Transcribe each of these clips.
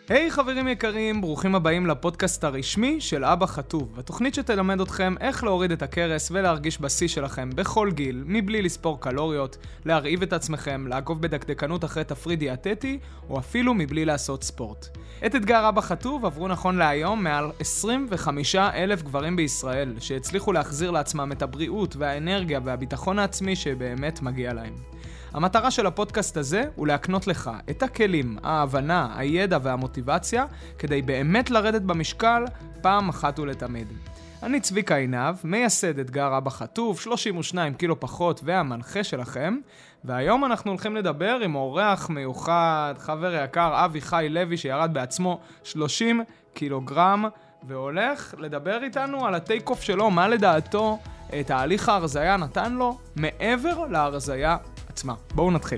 היי חברים יקרים, ברוכים הבאים לפודקאסט הרשמי של אבא חטוב, התוכנית שתלמד אתכם איך להוריד את הקרס ולהרגיש בשיא שלכם בכל גיל, מבלי לספור קלוריות, להרעיב את עצמכם, לעקוב בדקדקנות אחרי תפריט דיאטטי, או אפילו מבלי לעשות ספורט. את אתגר אבא חטוב עברו נכון להיום מעל 25,000 גברים בישראל, שהצליחו להחזיר לעצמם את הבריאות והאנרגיה והביטחון העצמי שבאמת מגיע להם. המטרה של הפודקאסט הזה הוא להקנות לך את הכלים, ההבנה, הידע והמוטיבציה כדי באמת לרדת במשקל פעם אחת ולתמיד. אני צביקה עינב, מייסד אתגר אבא חטוב, 32 קילו פחות והמנחה שלכם, והיום אנחנו הולכים לדבר עם אורח מיוחד, חבר יקר אביחי לוי שירד בעצמו 30 קילוגרם, והולך לדבר איתנו על הטייק אוף שלו, מה לדעתו תהליך ההרזיה נתן לו מעבר להרזיה עצמה. בואו נתחיל.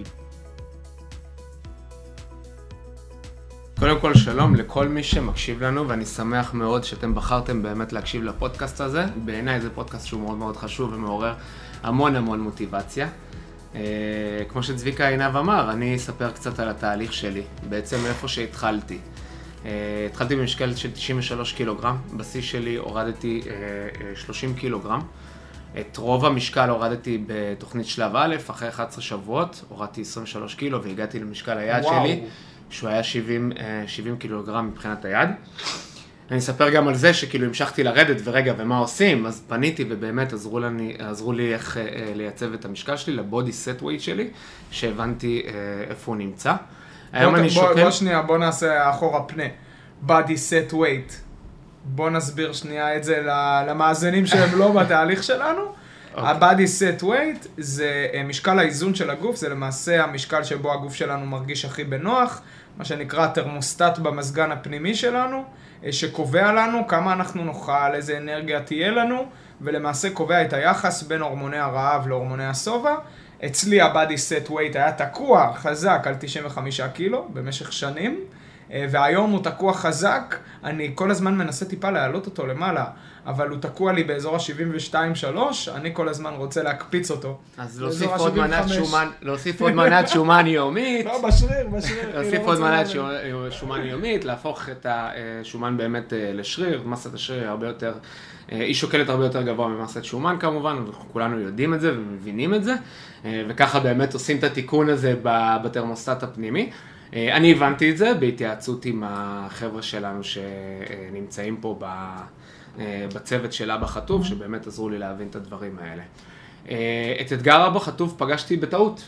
קודם כל שלום לכל מי שמקשיב לנו, ואני שמח מאוד שאתם בחרתם באמת להקשיב לפודקאסט הזה. בעיניי זה פודקאסט שהוא מאוד מאוד חשוב ומעורר המון מוטיבציה. כמו שצביקה עינב אמר, אני אספר קצת על התהליך שלי, בעצם איפה שהתחלתי. התחלתי במשקל של 93 קילוגרם, בשיא שלי הורדתי 30 קילוגרם. את רוב המשקל הורדתי בתוכנית שלב א', אחרי 11 שבועות, הורדתי 23 קילו והגעתי למשקל היעד שלי, שהוא היה 70 קילוגרם מבחינת היעד. אני אספר גם על זה שכאילו המשכתי לרדת ורגע ומה עושים, אז פניתי ובאמת עזרו לי איך לייצב את המשקל שלי, לבודי סט ווייט שלי, שהבנתי איפה הוא נמצא. בוא נעשה אחורה פנה. בודי סט ווייט. בוא נסביר שנייה את זה למאזינים שהם לא בתהליך שלנו. ה-body set weight זה משקל האיזון של הגוף, זה למעשה המשקל שבו הגוף שלנו מרגיש הכי בנוח, מה שנקרא תרמוסטט במזגן הפנימי שלנו, שקובע לנו כמה אנחנו נאכל, איזה אנרגיה תהיה לנו, ולמעשה קובע את היחס בין הורמוני הרעב להורמוני השובע. אצלי ה-body set weight היה תקוע חזק על 95 קילו במשך שנים, והיום הוא תקוע חזק, אני כל הזמן מנסה טיפה להעלות אותו למעלה, אבל הוא תקוע לי באזור ה-72-3, אני כל הזמן רוצה להקפיץ אותו. אז להוסיף עוד מנת שומן יומית. לא, בשריר. להוסיף עוד מנת שומן יומית, להפוך את השומן באמת לשריר, מסת השריר הרבה יותר, היא שוקלת הרבה יותר גבוה ממסת שומן כמובן, וכולנו יודעים את זה ומבינים את זה, וככה באמת עושים את התיקון הזה בתרמוסטט הפנימי. אני הבנתי את זה בהתייעצות עם החבר'ה שלנו שנמצאים פה בצוות של אבא חטוב, שבאמת עזרו לי להבין את הדברים האלה. את אתגר אבא חטוב פגשתי בטעות.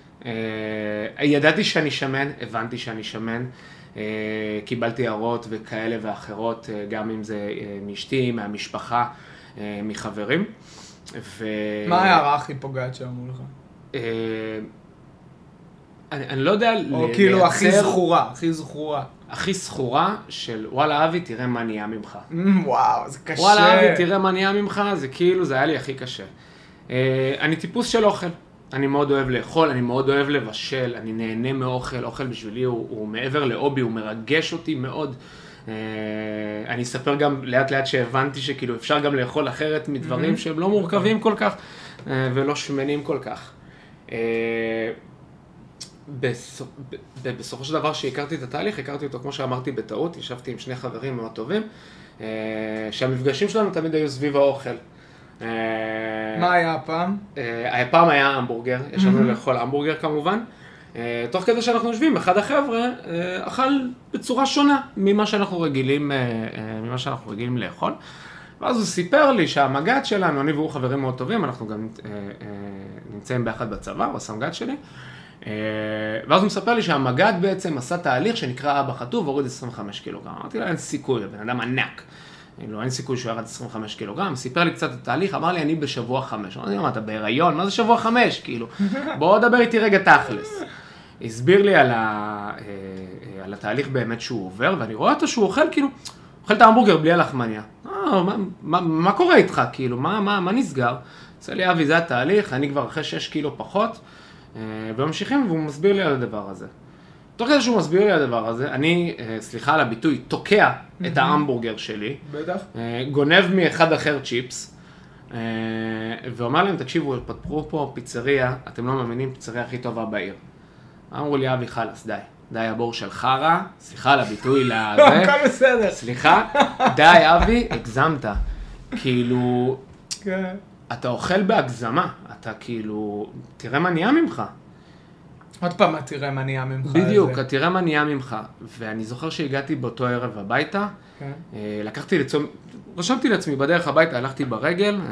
ידעתי שאני שמן, הבנתי שאני שמן, קיבלתי הערות וכאלה ואחרות, גם אם זה מאשתי, מהמשפחה, מחברים. מה ההערה הכי פוגעת שאמרו לך? אני לא יודע או כאילו הכי זכורה. הכי זכורה של וואלה אבי תראה מה נהיה ממך. וואו, זה קשה. וואלה אבי תראה מה נהיה ממך, זה כאילו, זה היה לי הכי קשה. אני טיפוס של אוכל, אני מאוד אוהב לאכול, אני מאוד אוהב לבשל, אני נהנה מאוכל, אוכל בשבילי הוא מעבר לאובי, הוא מרגש אותי מאוד. אני אספר גם לאט לאט שהבנתי שכאילו אפשר גם לאכול אחרת מדברים שהם לא מורכבים כל כך ולא שמנים כל כך. בסופו של דבר שהכרתי את התהליך, הכרתי אותו כמו שאמרתי בטעות, ישבתי עם שני חברים מאוד טובים, שהמפגשים שלנו תמיד היו סביב האוכל. מה היה הפעם? הפעם היה המבורגר, ישבנו לאכול המבורגר כמובן, תוך כדי שאנחנו יושבים, אחד החבר'ה אכל בצורה שונה ממה שאנחנו רגילים לאכול, ואז הוא סיפר לי שהמג"ד שלנו, אני והוא חברים מאוד טובים, אנחנו גם נמצאים ביחד בצבא, הוא הסמג"ד שלי, ואז הוא מספר לי שהמג"ד בעצם עשה תהליך שנקרא אבא חטוב, הוריד 25 קילוגרם. אמרתי לו, אין סיכוי, הבן אדם ענק. אין סיכוי שהוא ירד 25 קילוגרם. סיפר לי קצת את התהליך, אמר לי, אני בשבוע 5. אמרתי לו, מה, אתה בהיריון? מה זה שבוע 5? כאילו, בוא דבר איתי רגע תכלס. הסביר לי על התהליך באמת שהוא עובר, ואני רואה אותו שהוא אוכל, כאילו, אוכל את ההמבורגר בלי הלחמניה. מה קורה איתך? כאילו, מה נסגר? עושה לי, אבי, זה התהליך, אני כבר אחרי 6 קילו פחות. וממשיכים, והוא מסביר לי על הדבר הזה. תוך כדי שהוא מסביר לי על הדבר הזה, אני, סליחה על הביטוי, תוקע את ההמבורגר שלי. בטח. גונב מאחד אחר צ'יפס, ואומר להם, תקשיבו, פתחו פה פיצריה, אתם לא מאמינים, פיצריה הכי טובה בעיר. אמרו לי, אבי, חלס, די. די הבור של חרה, סליחה על הביטוי לזה. הכל בסדר. סליחה, די אבי, הגזמת. כאילו, אתה אוכל בהגזמה, אתה כאילו, תראה מה נהיה ממך. עוד פעם, תראה מה נהיה ממך. בדיוק, תראה מה נהיה ממך. ואני זוכר שהגעתי באותו ערב הביתה, רשמתי לעצמי בדרך הביתה, הלכתי ברגל,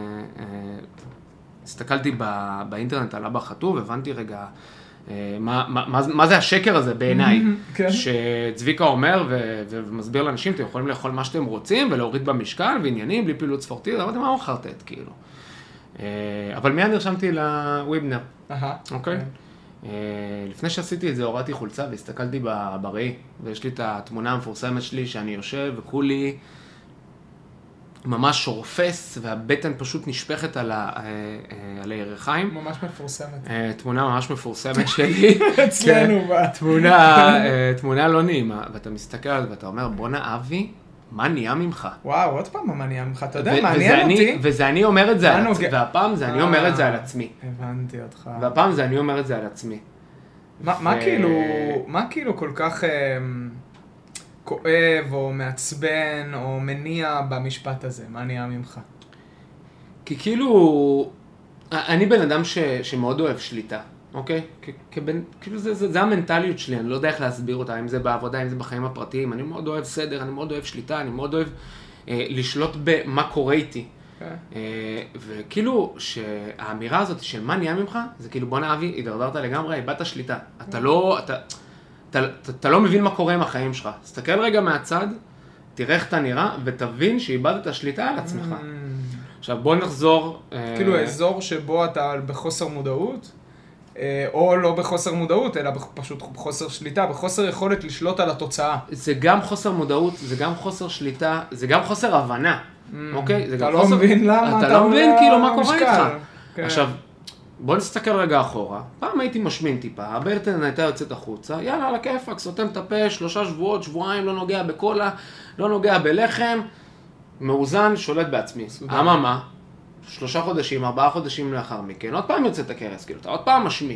הסתכלתי באינטרנט על אבא חטוב, הבנתי רגע מה זה השקר הזה בעיניי, שצביקה אומר ומסביר לאנשים, אתם יכולים לאכול מה שאתם רוצים ולהוריד במשקל ועניינים בלי פעילות ספורטיבית, אמרתי מה הוא חרטט כאילו. אבל מיד נרשמתי לוויבנר, אוקיי? לפני שעשיתי את זה הורדתי חולצה והסתכלתי בראי, ויש לי את התמונה המפורסמת שלי שאני יושב וכולי ממש שורפס והבטן פשוט נשפכת על הירכיים. ממש מפורסמת. תמונה ממש מפורסמת שלי. אצלנו. תמונה לא נעימה, ואתה מסתכל על זה ואתה אומר בונה אבי, מה נהיה ממך? וואו, עוד פעם מה נהיה ממך, אתה יודע, מעניין אותי. וזה אני אומר את זה על עצמי, והפעם זה אני אומר את זה על עצמי. הבנתי אותך. והפעם זה אני אומר את זה על עצמי. מה כאילו כל כך כואב או מעצבן או מניע במשפט הזה? מה נהיה ממך? כי כאילו, אני בן אדם שמאוד אוהב שליטה, אוקיי? כאילו זה המנטליות שלי, אני לא יודע איך להסביר אותה, אם זה בעבודה, אם זה בחיים הפרטיים, אני מאוד אוהב סדר, אני מאוד אוהב שליטה, אני מאוד אוהב לשלוט במה קורה איתי. וכאילו שהאמירה הזאת של מה נהיה ממך, זה כאילו בוא אבי, הידרדרת לגמרי, איבדת שליטה. אתה לא מבין מה קורה עם החיים שלך. תסתכל רגע מהצד, תראה איך אתה נראה, ותבין שאיבדת שליטה על עצמך. עכשיו בוא נחזור. כאילו האזור שבו אתה בחוסר מודעות, או לא בחוסר מודעות, אלא פשוט בחוסר שליטה, בחוסר יכולת לשלוט על התוצאה. זה גם חוסר מודעות, זה גם חוסר שליטה, זה גם חוסר הבנה. אוקיי? אתה לא מבין למה אתה לא מבין כאילו מה קורה איתך. עכשיו, בוא נסתכל רגע אחורה. פעם הייתי משמין טיפה, הבטן הייתה יוצאת החוצה, יאללה, על הכיפאק, סותם את הפה, 3 שבועות, שבועיים, לא נוגע בקולה, לא נוגע בלחם, מאוזן, שולט בעצמי. אממה, 3 חודשים, 4 חודשים לאחר מכן, עוד פעם יוצאת הכרס, כאילו, אתה עוד פעם משמין.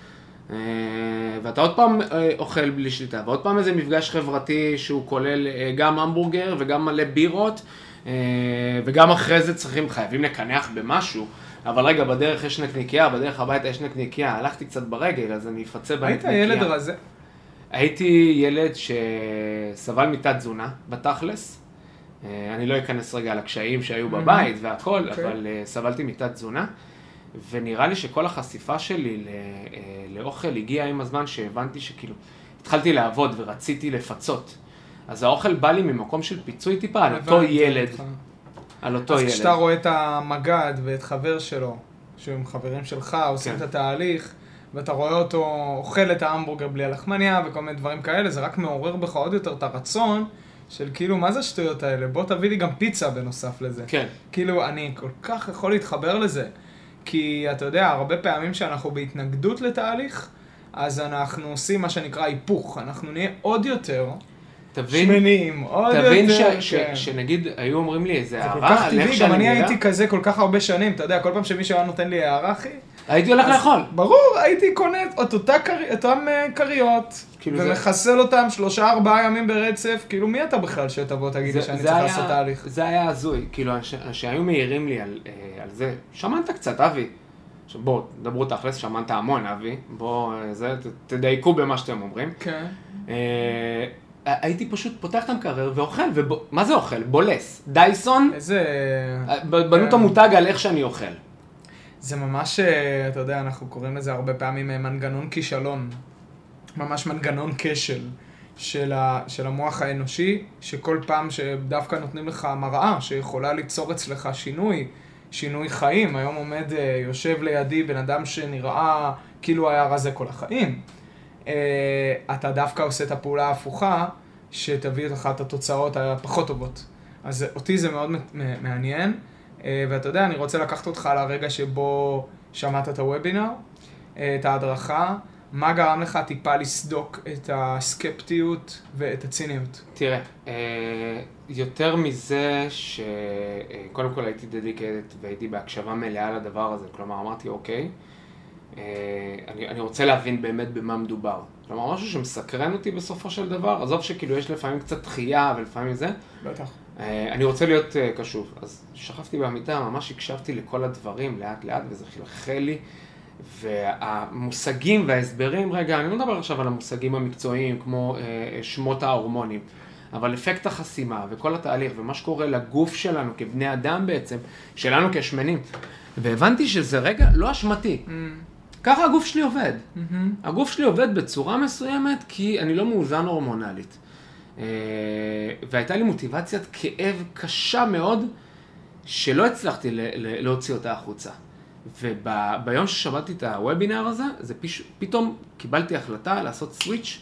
ואתה עוד פעם אוכל בלי שליטה, ועוד פעם איזה מפגש חברתי שהוא כולל גם המבורגר וגם מלא בירות, וגם אחרי זה חייבים לקנח במשהו, אבל רגע, בדרך יש נקניקייה, בדרך הביתה יש נקניקייה, הלכתי קצת ברגל, אז אני אפצה בנקניקייה. היית ילד רזה? הייתי ילד שסבל מתת תזונה, בתכלס. אני לא אכנס רגע על הקשיים שהיו בבית והכל, אבל סבלתי מתת תזונה, ונראה לי שכל החשיפה שלי לאוכל הגיעה עם הזמן שהבנתי שכאילו, התחלתי לעבוד ורציתי לפצות. אז האוכל בא לי ממקום של פיצוי טיפה על אותו ילד. על אותו ילד. אז כשאתה רואה את המגד ואת חבר שלו, שהם חברים שלך, עושים את התהליך, ואתה רואה אותו אוכל את ההמבורגר בלי הלחמניה וכל מיני דברים כאלה, זה רק מעורר בך עוד יותר את הרצון של כאילו, מה זה השטויות האלה? בוא תביא לי גם פיצה בנוסף לזה. כן. כאילו, אני כל כך יכול להתחבר לזה. כי אתה יודע, הרבה פעמים שאנחנו בהתנגדות לתהליך, אז אנחנו עושים מה שנקרא היפוך. אנחנו נהיה עוד יותר שמנים, עוד יותר. תבין שנגיד, היו אומרים לי איזה הערה, זה כל כך טבעי, גם אני הייתי כזה כל כך הרבה שנים, אתה יודע, כל פעם שמישהו היה נותן לי הערה, אחי, הייתי הולך לאכול. ברור, הייתי קונה אותם קריות, ומחסל אותם 3-4 ימים ברצף, כאילו מי אתה בכלל שתבוא תגיד לי שאני צריך לעשות תהליך? זה היה הזוי, כאילו שהיו מעירים לי על זה, שמנת קצת אבי, בוא, דברו תכלס, שמנת המון אבי, בוא, תדייקו במה שאתם אומרים. כן. הייתי פשוט פותח את המקרר ואוכל, מה זה אוכל? בולס, דייסון, איזה... בנו את המותג על איך שאני אוכל. זה ממש, אתה יודע, אנחנו קוראים לזה הרבה פעמים מנגנון כישלון. ממש מנגנון כשל של המוח האנושי, שכל פעם שדווקא נותנים לך מראה שיכולה ליצור אצלך שינוי חיים. היום עומד, יושב לידי בן אדם שנראה כאילו היה רזה כל החיים. אתה דווקא עושה את הפעולה ההפוכה, שתביא לך את התוצאות הפחות טובות. אז אותי זה מאוד מעניין. ואתה יודע, אני רוצה לקחת אותך לרגע שבו שמעת את הוובינר, את ההדרכה, מה גרם לך טיפה לסדוק את הסקפטיות ואת הציניות? תראה, יותר מזה שקודם כל הייתי דדיקטד והייתי בהקשבה מלאה לדבר הזה, כלומר אמרתי אוקיי, אני רוצה להבין באמת במה מדובר. כלומר, משהו שמסקרן אותי בסופו של דבר, עזוב שכאילו יש לפעמים קצת דחייה ולפעמים זה. בטח. אני רוצה להיות קשוב. אז שכבתי במיטה, ממש הקשבתי לכל הדברים לאט לאט, וזה חלחל לי. והמושגים וההסברים, רגע, אני לא מדבר עכשיו על המושגים המקצועיים, כמו שמות ההורמונים, אבל אפקט החסימה וכל התהליך ומה שקורה לגוף שלנו כבני אדם בעצם, שלנו כשמנים. והבנתי שזה רגע לא אשמתי. ככה הגוף שלי עובד. הגוף שלי עובד בצורה מסוימת כי אני לא מאוזן הורמונלית. והייתה לי מוטיבציית כאב קשה מאוד שלא הצלחתי להוציא אותה החוצה. וביום ששמעתי את הוובינר הזה, זה פתאום קיבלתי החלטה לעשות סוויץ',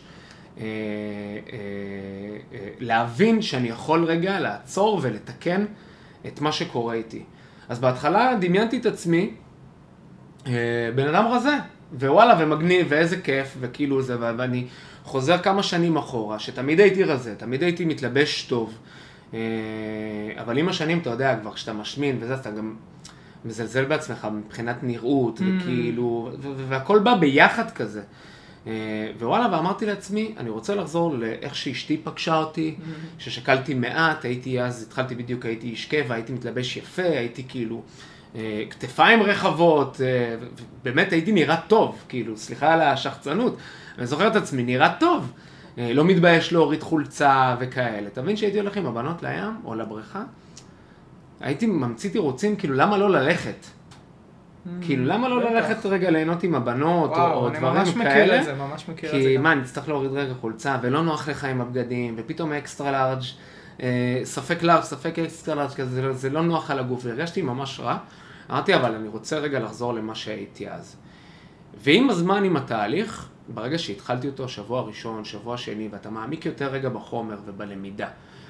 להבין שאני יכול רגע לעצור ולתקן את מה שקורה איתי. אז בהתחלה דמיינתי את עצמי, בן אדם רזה, ווואלה, ומגניב, ואיזה כיף, וכאילו זה, ואני חוזר כמה שנים אחורה, שתמיד הייתי רזה, תמיד הייתי מתלבש טוב, אבל עם השנים, אתה יודע, כבר כשאתה משמין וזה, אתה גם מזלזל בעצמך מבחינת נראות, וכאילו, והכל בא ביחד כזה. ווואלה, ואמרתי לעצמי, אני רוצה לחזור לאיך שאשתי פגשה אותי, ששקלתי מעט, התחלתי בדיוק, הייתי איש קבע, הייתי מתלבש יפה, הייתי כאילו כתפיים רחבות, באמת הייתי נראה טוב, כאילו, סליחה על השחצנות, אני זוכר את עצמי, נראה טוב, לא מתבייש להוריד חולצה וכאלה. תבין שהייתי הולך עם הבנות לים או לבריכה, הייתי ממציא תירוצים, כאילו, למה לא ללכת? כאילו, למה לא ללכת רגע ליהנות עם הבנות או דברים כאלה? וואו, אני ממש מכיר את זה, ממש מכיר את זה. כי מה, אני צריך להוריד רגע חולצה, ולא נוח לך עם הבגדים, ופתאום אקסטרה לארג', ספק לארג', ספק אקסטרה לארג', כזה, זה לא נוח על הגוף, והרגשתי ממש רע. אמרתי, אבל אני רוצה רגע לחזור למה שהייתי אז. ועם הזמן, עם התהליך, ברגע שהתחלתי אותו שבוע ראשון, שבוע שני, ואתה מעמיק יותר רגע בחומר ובלמידה,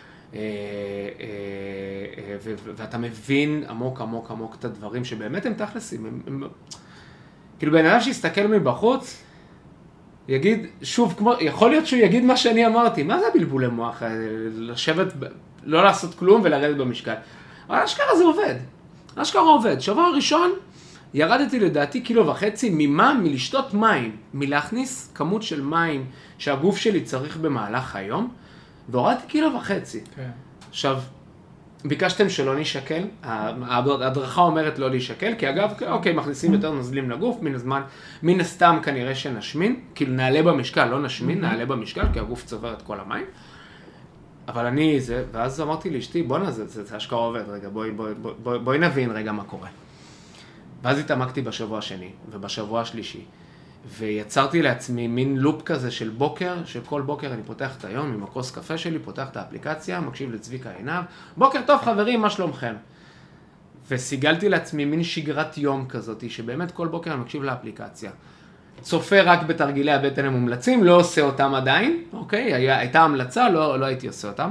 ואתה מבין עמוק עמוק עמוק את הדברים שבאמת הם תכלסים, כאילו בן אדם שיסתכל מבחוץ, יגיד, שוב, יכול להיות שהוא יגיד מה שאני אמרתי, מה זה הבלבולי מוח, לשבת, לא לעשות כלום ולרדת במשקל, אבל אשכרה זה עובד, אשכרה עובד. שבוע ראשון ירדתי לדעתי 1.5 קילו ממה? מלשתות מים, מלהכניס כמות של מים שהגוף שלי צריך במהלך היום, והורדתי 1.5 קילו. כן. עכשיו, ביקשתם שלא נשקל, ההדרכה אומרת לא להישקל, כי אגב, אוקיי, מכניסים יותר נוזלים לגוף, מן הסתם כנראה שנשמין, כאילו נעלה במשקל, לא נשמין, נעלה במשקל, כי הגוף צובר את כל המים. אבל אני זה, ואז אמרתי לאשתי, בוא נעשה, זה אשכרה עובד, רגע, בואי נבין רגע מה קורה. ואז התעמקתי בשבוע השני, ובשבוע השלישי. ויצרתי לעצמי מין לופ כזה של בוקר, שכל בוקר אני פותח את היום עם הכוס קפה שלי, פותח את האפליקציה, מקשיב לצביקה עינב, בוקר טוב חברים, מה שלומכם? וסיגלתי לעצמי מין שגרת יום כזאת, שבאמת כל בוקר אני מקשיב לאפליקציה. צופה רק בתרגילי הבטן המומלצים, לא עושה אותם עדיין, אוקיי? הייתה המלצה, לא הייתי עושה אותם.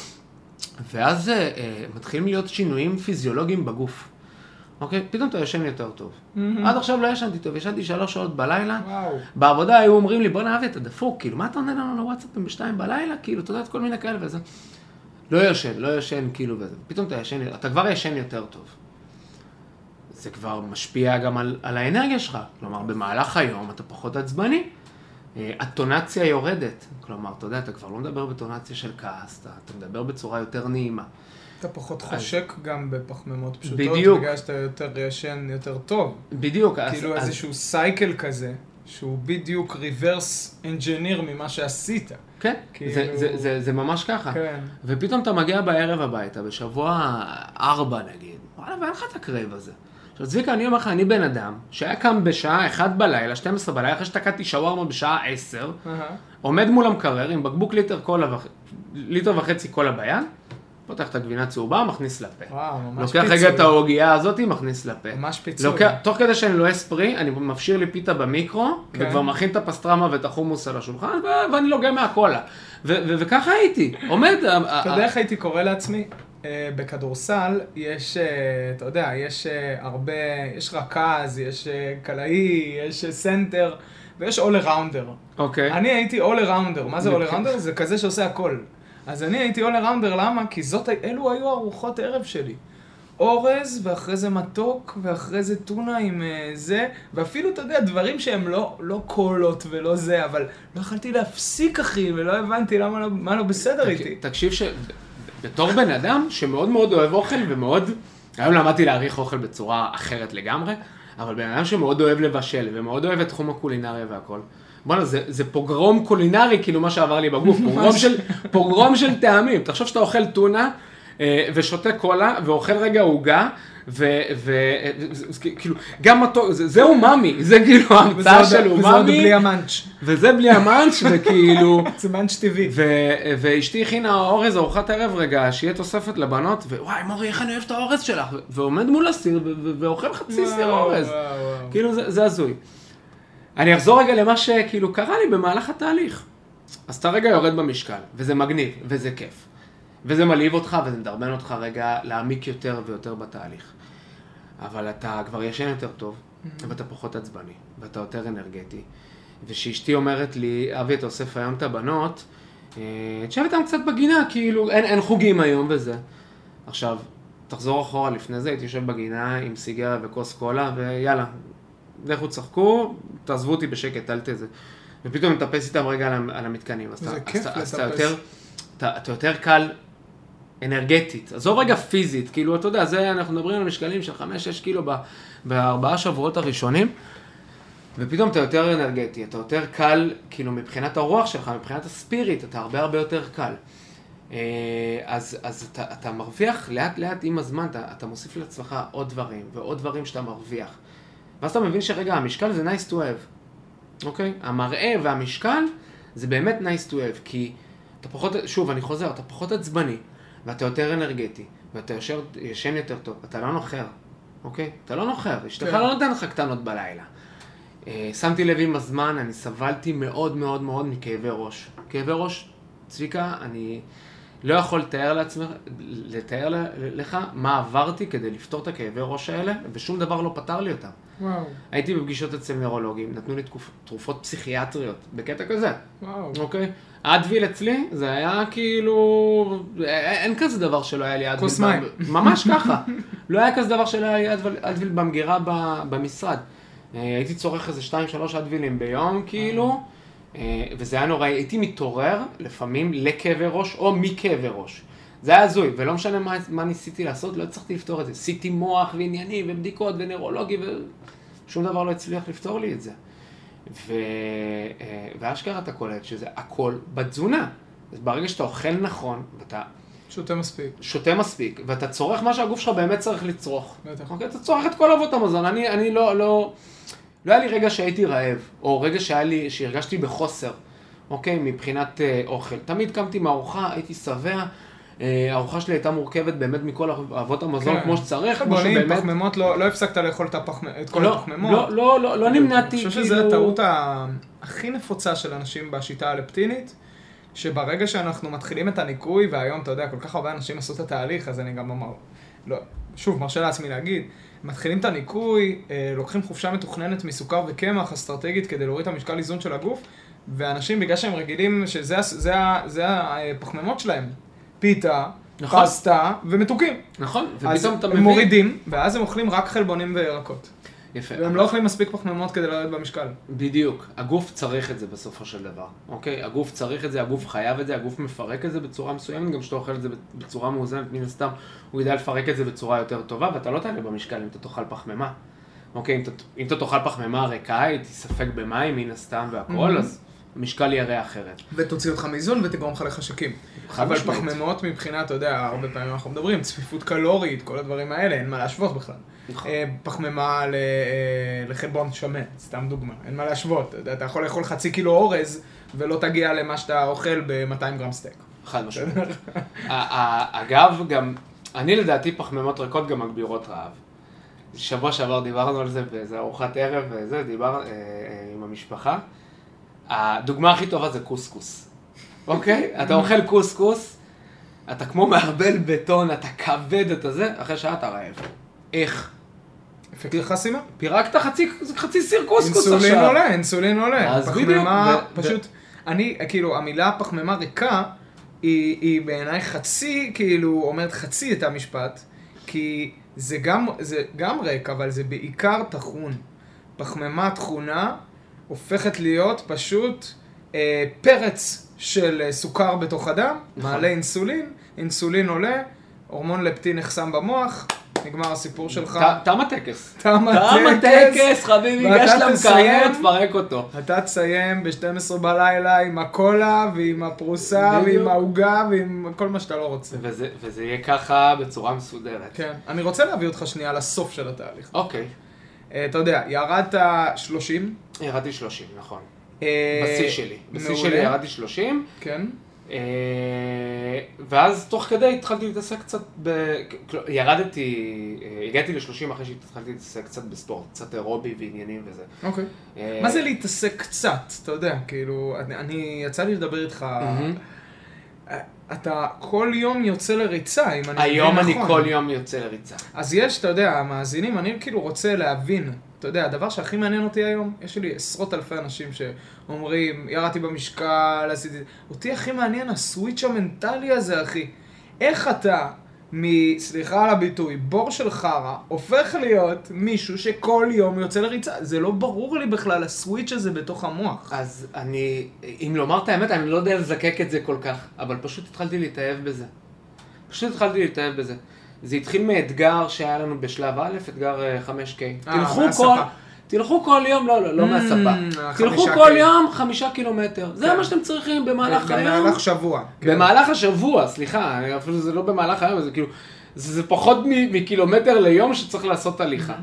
ואז מתחילים להיות שינויים פיזיולוגיים בגוף. אוקיי, פתאום אתה ישן יותר טוב. עד עכשיו לא ישנתי טוב, ישנתי 3 שעות בלילה. בעבודה היו אומרים לי, בוא נאהב את הדפוק, כאילו, מה אתה עונה לנו לוואטסאפים ב2 בלילה? כאילו, אתה יודע את כל מיני כאלה וזה. לא ישן, כאילו, וזה. פתאום אתה כבר ישן יותר טוב. זה כבר משפיע גם על האנרגיה שלך. כלומר, במהלך היום אתה פחות עצבני. הטונציה יורדת. כלומר, אתה יודע, אתה כבר לא מדבר בטונציה של כעס, אתה מדבר בצורה יותר נעימה. אתה פחות חושק גם בפחמימות פשוטות, בגלל שאתה יותר ישן יותר טוב. בדיוק. כאילו איזשהו סייקל כזה, שהוא בדיוק ריברס אנג'יניר ממה שעשית. כן, זה ממש ככה. ופתאום אתה מגיע בערב הביתה, בשבוע 4 נגיד, וואלה, ואין לך את הקרב הזה. עכשיו, צביקה, אני אומר לך, אני בן אדם, שהיה קם בשעה 1 בלילה, 12 בלילה, אחרי שתקעתי שווארמה בשעה 10, עומד מול המקרר עם בקבוק ליטר וחצי קולה ביד, פותח את הגבינה צהובה, מכניס לפה. וואו, ממש פיצוי. לוקח רגע את ההוגייה הזאת, מכניס לפה. ממש פיצוי. תוך כדי שאני לא אספרי, אני מפשיר לי פיתה במיקרו, וכבר מכין את הפסטרמה ואת החומוס על השולחן, ואני לוגע מהקולה. וככה הייתי, עומד. אתה יודע איך הייתי קורא לעצמי? בכדורסל יש, אתה יודע, יש הרבה, יש רכז, יש קלעי, יש סנטר, ויש all arounder. אוקיי. אני הייתי all arounder. מה זה all arounder? זה כזה שעושה הכל. אז אני הייתי all arounder, למה? כי אלו היו ארוחות ערב שלי. אורז, ואחרי זה מתוק, ואחרי זה טונה עם זה, ואפילו, אתה יודע, דברים שהם לא קולות ולא זה, אבל לא יכלתי להפסיק, אחי, ולא הבנתי מה לא בסדר איתי. תקשיב שבתור בן אדם שמאוד מאוד אוהב אוכל ומאוד, היום למדתי להעריך אוכל בצורה אחרת לגמרי, אבל בן אדם שמאוד אוהב לבשל ומאוד אוהב את תחום הקולינריה והכל, בוא'נה, זה פוגרום קולינרי, כאילו מה שעבר לי בגוף, פוגרום של טעמים. תחשוב שאתה אוכל טונה ושותה קולה ואוכל רגע עוגה, וכאילו, גם מתוק, זה אומאמי, זה כאילו המצאה של אומאמי. וזה עוד בלי המאנץ'. וזה בלי המאנץ', וכאילו... זה מאנץ' טבעי. ואשתי הכינה אורז, ארוחת ערב רגע, שיהיה תוספת לבנות, ווואי, מורי, איך אני אוהב את האורז שלך? ועומד מול הסיר, ואוכל חצי סיר אורז. כאילו, זה הזוי. אני אחזור רגע למה שכאילו קרה לי במהלך התהליך. אז אתה רגע יורד במשקל, וזה מגניב, וזה כיף. וזה מלהיב אותך, וזה מדרבן אותך רגע להעמיק יותר ויותר בתהליך. אבל אתה כבר ישן יותר טוב, ואתה פחות עצבני, ואתה יותר אנרגטי. ושאשתי אומרת לי, אבי, אתה אוסף היום את הבנות, תשב איתם קצת בגינה, כאילו, אין חוגים היום וזה. עכשיו, תחזור אחורה לפני זה, הייתי יושב בגינה עם סיגריה וכוס קולה, ויאללה, לכו תשחקו, תעזבו אותי בשקט, אל תזה. ופתאום נטפס איתם רגע על המתקנים. זה כיף לטפס. אתה יותר קל אנרגטית. עזוב רגע פיזית, כאילו, אתה יודע, אנחנו מדברים על משקלים של 5-6 קילו ב4 שבועות הראשונים, ופתאום אתה יותר אנרגטי, אתה יותר קל, כאילו, מבחינת הרוח שלך, מבחינת הספיריט, אתה הרבה יותר קל. אז אתה מרוויח לאט לאט עם הזמן, אתה מוסיף לעצמך עוד דברים, ועוד דברים שאתה מרוויח. ואז אתה מבין שרגע, המשקל זה nice to have. אוקיי? המראה והמשקל זה באמת nice to have, כי אתה פחות, שוב, אני חוזר, אתה פחות עצבני, ואתה יותר אנרגטי, ואתה ישן יותר טוב, אתה לא נוחר, אוקיי? אתה לא נוחר, אשתך לא נותן לך קטנות בלילה. שמתי לב עם הזמן, אני סבלתי מאוד מאוד מאוד מכאבי ראש. כאבי ראש, צביקה, אני לא יכול לתאר לך מה עברתי כדי לפתור את הכאבי ראש האלה, ושום דבר לא פתר לי אותם. וואו. הייתי בפגישות אצל נוירולוגים, נתנו לי תרופות פסיכיאטריות, בקטע כזה. וואו. אוקיי? אדוויל אצלי, זה היה כאילו... אין כזה דבר שלא היה לי אדוויל. כוס מים. ממש ככה. לא היה כזה דבר שלא היה לי אדוויל במגירה במשרד. הייתי צורך איזה 2-3 אדווילים ביום, כאילו, וזה היה נורא, הייתי מתעורר לפעמים לכאבי ראש או מכאבי ראש. זה היה הזוי, ולא משנה מה ניסיתי לעשות, לא הצלחתי לפתור את זה. עשיתי מוח ועניינים ובדיקות ונוירולוגי, ושום דבר לא הצליח לפתור לי את זה. ואשכרה אתה קולט שזה הכל בתזונה. אז ברגע שאתה אוכל נכון, ואתה... שותה מספיק, ואתה צורך מה שהגוף שלך באמת צריך לצרוך. בטח. אתה צורך את כל אבות המזון. אני לא היה לי רגע שהייתי רעב, או רגע שהרגשתי בחוסר, אוקיי, מבחינת אוכל. תמיד קמתי מהארוחה, הייתי שבע, הארוחה שלי הייתה מורכבת באמת מכל אבות המזון כמו שצריך, כמו שבאמת... פחמימות, לא הפסקת לאכול את כל הפחמימות. לא נמנעתי. אני חושב שזו הטעות הכי נפוצה של אנשים בשיטה האלפטינית, שברגע שאנחנו מתחילים את הניקוי, והיום, אתה יודע, כל כך הרבה אנשים עשו את התהליך, אז אני גם אומר, לא, שוב, מרשה לעצמי להגיד, מתחילים את הניקוי, לוקחים חופשה מתוכננת מסוכר וקמח אסטרטגית כדי להוריד את המשקל איזון של הגוף, ואנשים, בגלל שהם רגילים שזה הפחמימות שלהם, פיתה, פסטה ומתוקים. נכון, אז הם מורידים, ואז הם אוכלים רק חלבונים וירקות. יפה. והם לא אוכלים מספיק פחמימות כדי לרדת במשקל. בדיוק. הגוף צריך את זה בסופו של דבר. אוקיי? הגוף צריך את זה, הגוף חייב את זה, הגוף מפרק את זה בצורה מסוימת, גם שאתה אוכל את זה בצורה מאוזנת, מן הסתם, הוא ידע לפרק את זה בצורה יותר טובה, ואתה לא תעלה במשקל אם אתה תאכל פחמימה. אוקיי? אם אתה תאכל פחמימה ריקה, היא תספק במים מן הסתם והכל, אז המשקל יראה אחרת. ותוציא אותך מאיזון ותגרום לך לחשקים. אבל פחמימות מבחינת, אתה יודע, הרבה פעמים אנחנו מדברים, צפיפות קלורית, כל הדברים האלה, אין מה להשוות בכלל. פחמימה לחלבון שמן, סתם דוגמה, אין מה להשוות. אתה יכול לאכול חצי קילו אורז ולא תגיע למה שאתה אוכל ב-200 גרם סטייק. חד משמעית. אגב, גם, אני לדעתי פחמימות ריקות גם מגבירות רעב. שבוע שעבר דיברנו על זה באיזה ארוחת ערב וזה, דיברנו עם המשפחה. הדוגמה הכי טובה זה קוסקוס. אוקיי? אתה אוכל קוסקוס, אתה כמו מערבל בטון, אתה כבד, אתה זה, אחרי שעה אתה רעב. איך? אפקט החסימה? פירקת חצי סיר קוסקוס עכשיו. אינסולין עולה. פחמימה, פשוט, כאילו, המילה פחמימה ריקה, היא בעיניי חצי, כאילו, אומרת חצי את המשפט, כי זה גם ריק, אבל זה בעיקר תחון. פחמימה תכונה הופכת להיות פשוט פרץ של סוכר בתוך הדם, מעלה אינסולין, אינסולין עולה, הורמון לפטין נחסם במוח, נגמר הסיפור שלך. תם הטקס. תם הטקס, חביבי, יש למקרר, תפרק אותו. אתה תסיים ב-12 בלילה עם הקולה ועם הפרוסה ועם העוגה ועם כל מה שאתה לא רוצה. וזה יהיה ככה בצורה מסודרת. כן. אני רוצה להביא אותך שנייה לסוף של התהליך. אוקיי. אתה יודע, ירדת 30. ירדתי 30, נכון. בשיא שלי. בשיא שלי ירדתי 30. כן. ואז תוך כדי התחלתי להתעסק קצת הגעתי ל-30 אחרי שהתחלתי להתעסק קצת בספורט, קצת אירובי ועניינים וזה. אוקיי. מה זה להתעסק קצת? אתה יודע, כאילו, יצא לי לדבר איתך, אתה כל יום יוצא לריצה, אם אני מבין נכון. היום אני כל יום יוצא לריצה. אז יש, אתה יודע, המאזינים, אני כאילו רוצה להבין, אתה יודע, הדבר שהכי מעניין אותי היום, יש לי עשרות אלפי אנשים שאומרים, ירדתי במשקל, עשיתי... אותי הכי מעניין הסוויץ' המנטלי הזה, אחי. איך אתה, סליחה על הביטוי, בור של חרה, הופך להיות מישהו שכל יום יוצא לריצה? זה לא ברור לי בכלל, הסוויץ' הזה בתוך המוח. אז אם לומר את האמת, אני לא יודע לזקק את זה כל כך, אבל פשוט התחלתי להתאהב בזה. זה התחיל מאתגר שהיה לנו בשלב א', אתגר 5K. תלכו כל יום, לא מהספה. תלכו כל יום 5 קילומטר. זה מה שאתם צריכים במהלך היום. במהלך שבוע. במהלך השבוע, סליחה, אפילו זה לא במהלך היום, זה כאילו, זה פחות מקילומטר ליום שצריך לעשות הליכה.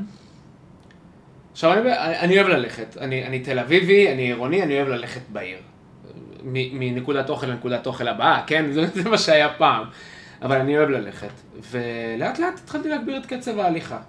עכשיו, אני אוהב ללכת. אני תל אביבי, אני עירוני, אני אוהב ללכת בעיר. מנקודת אוכל לנקודת אוכל הבאה, כן? זה מה שהיה פעם. אבל אני אוהב ללכת, ולאט לאט התחלתי להגביר את קצב ההליכה.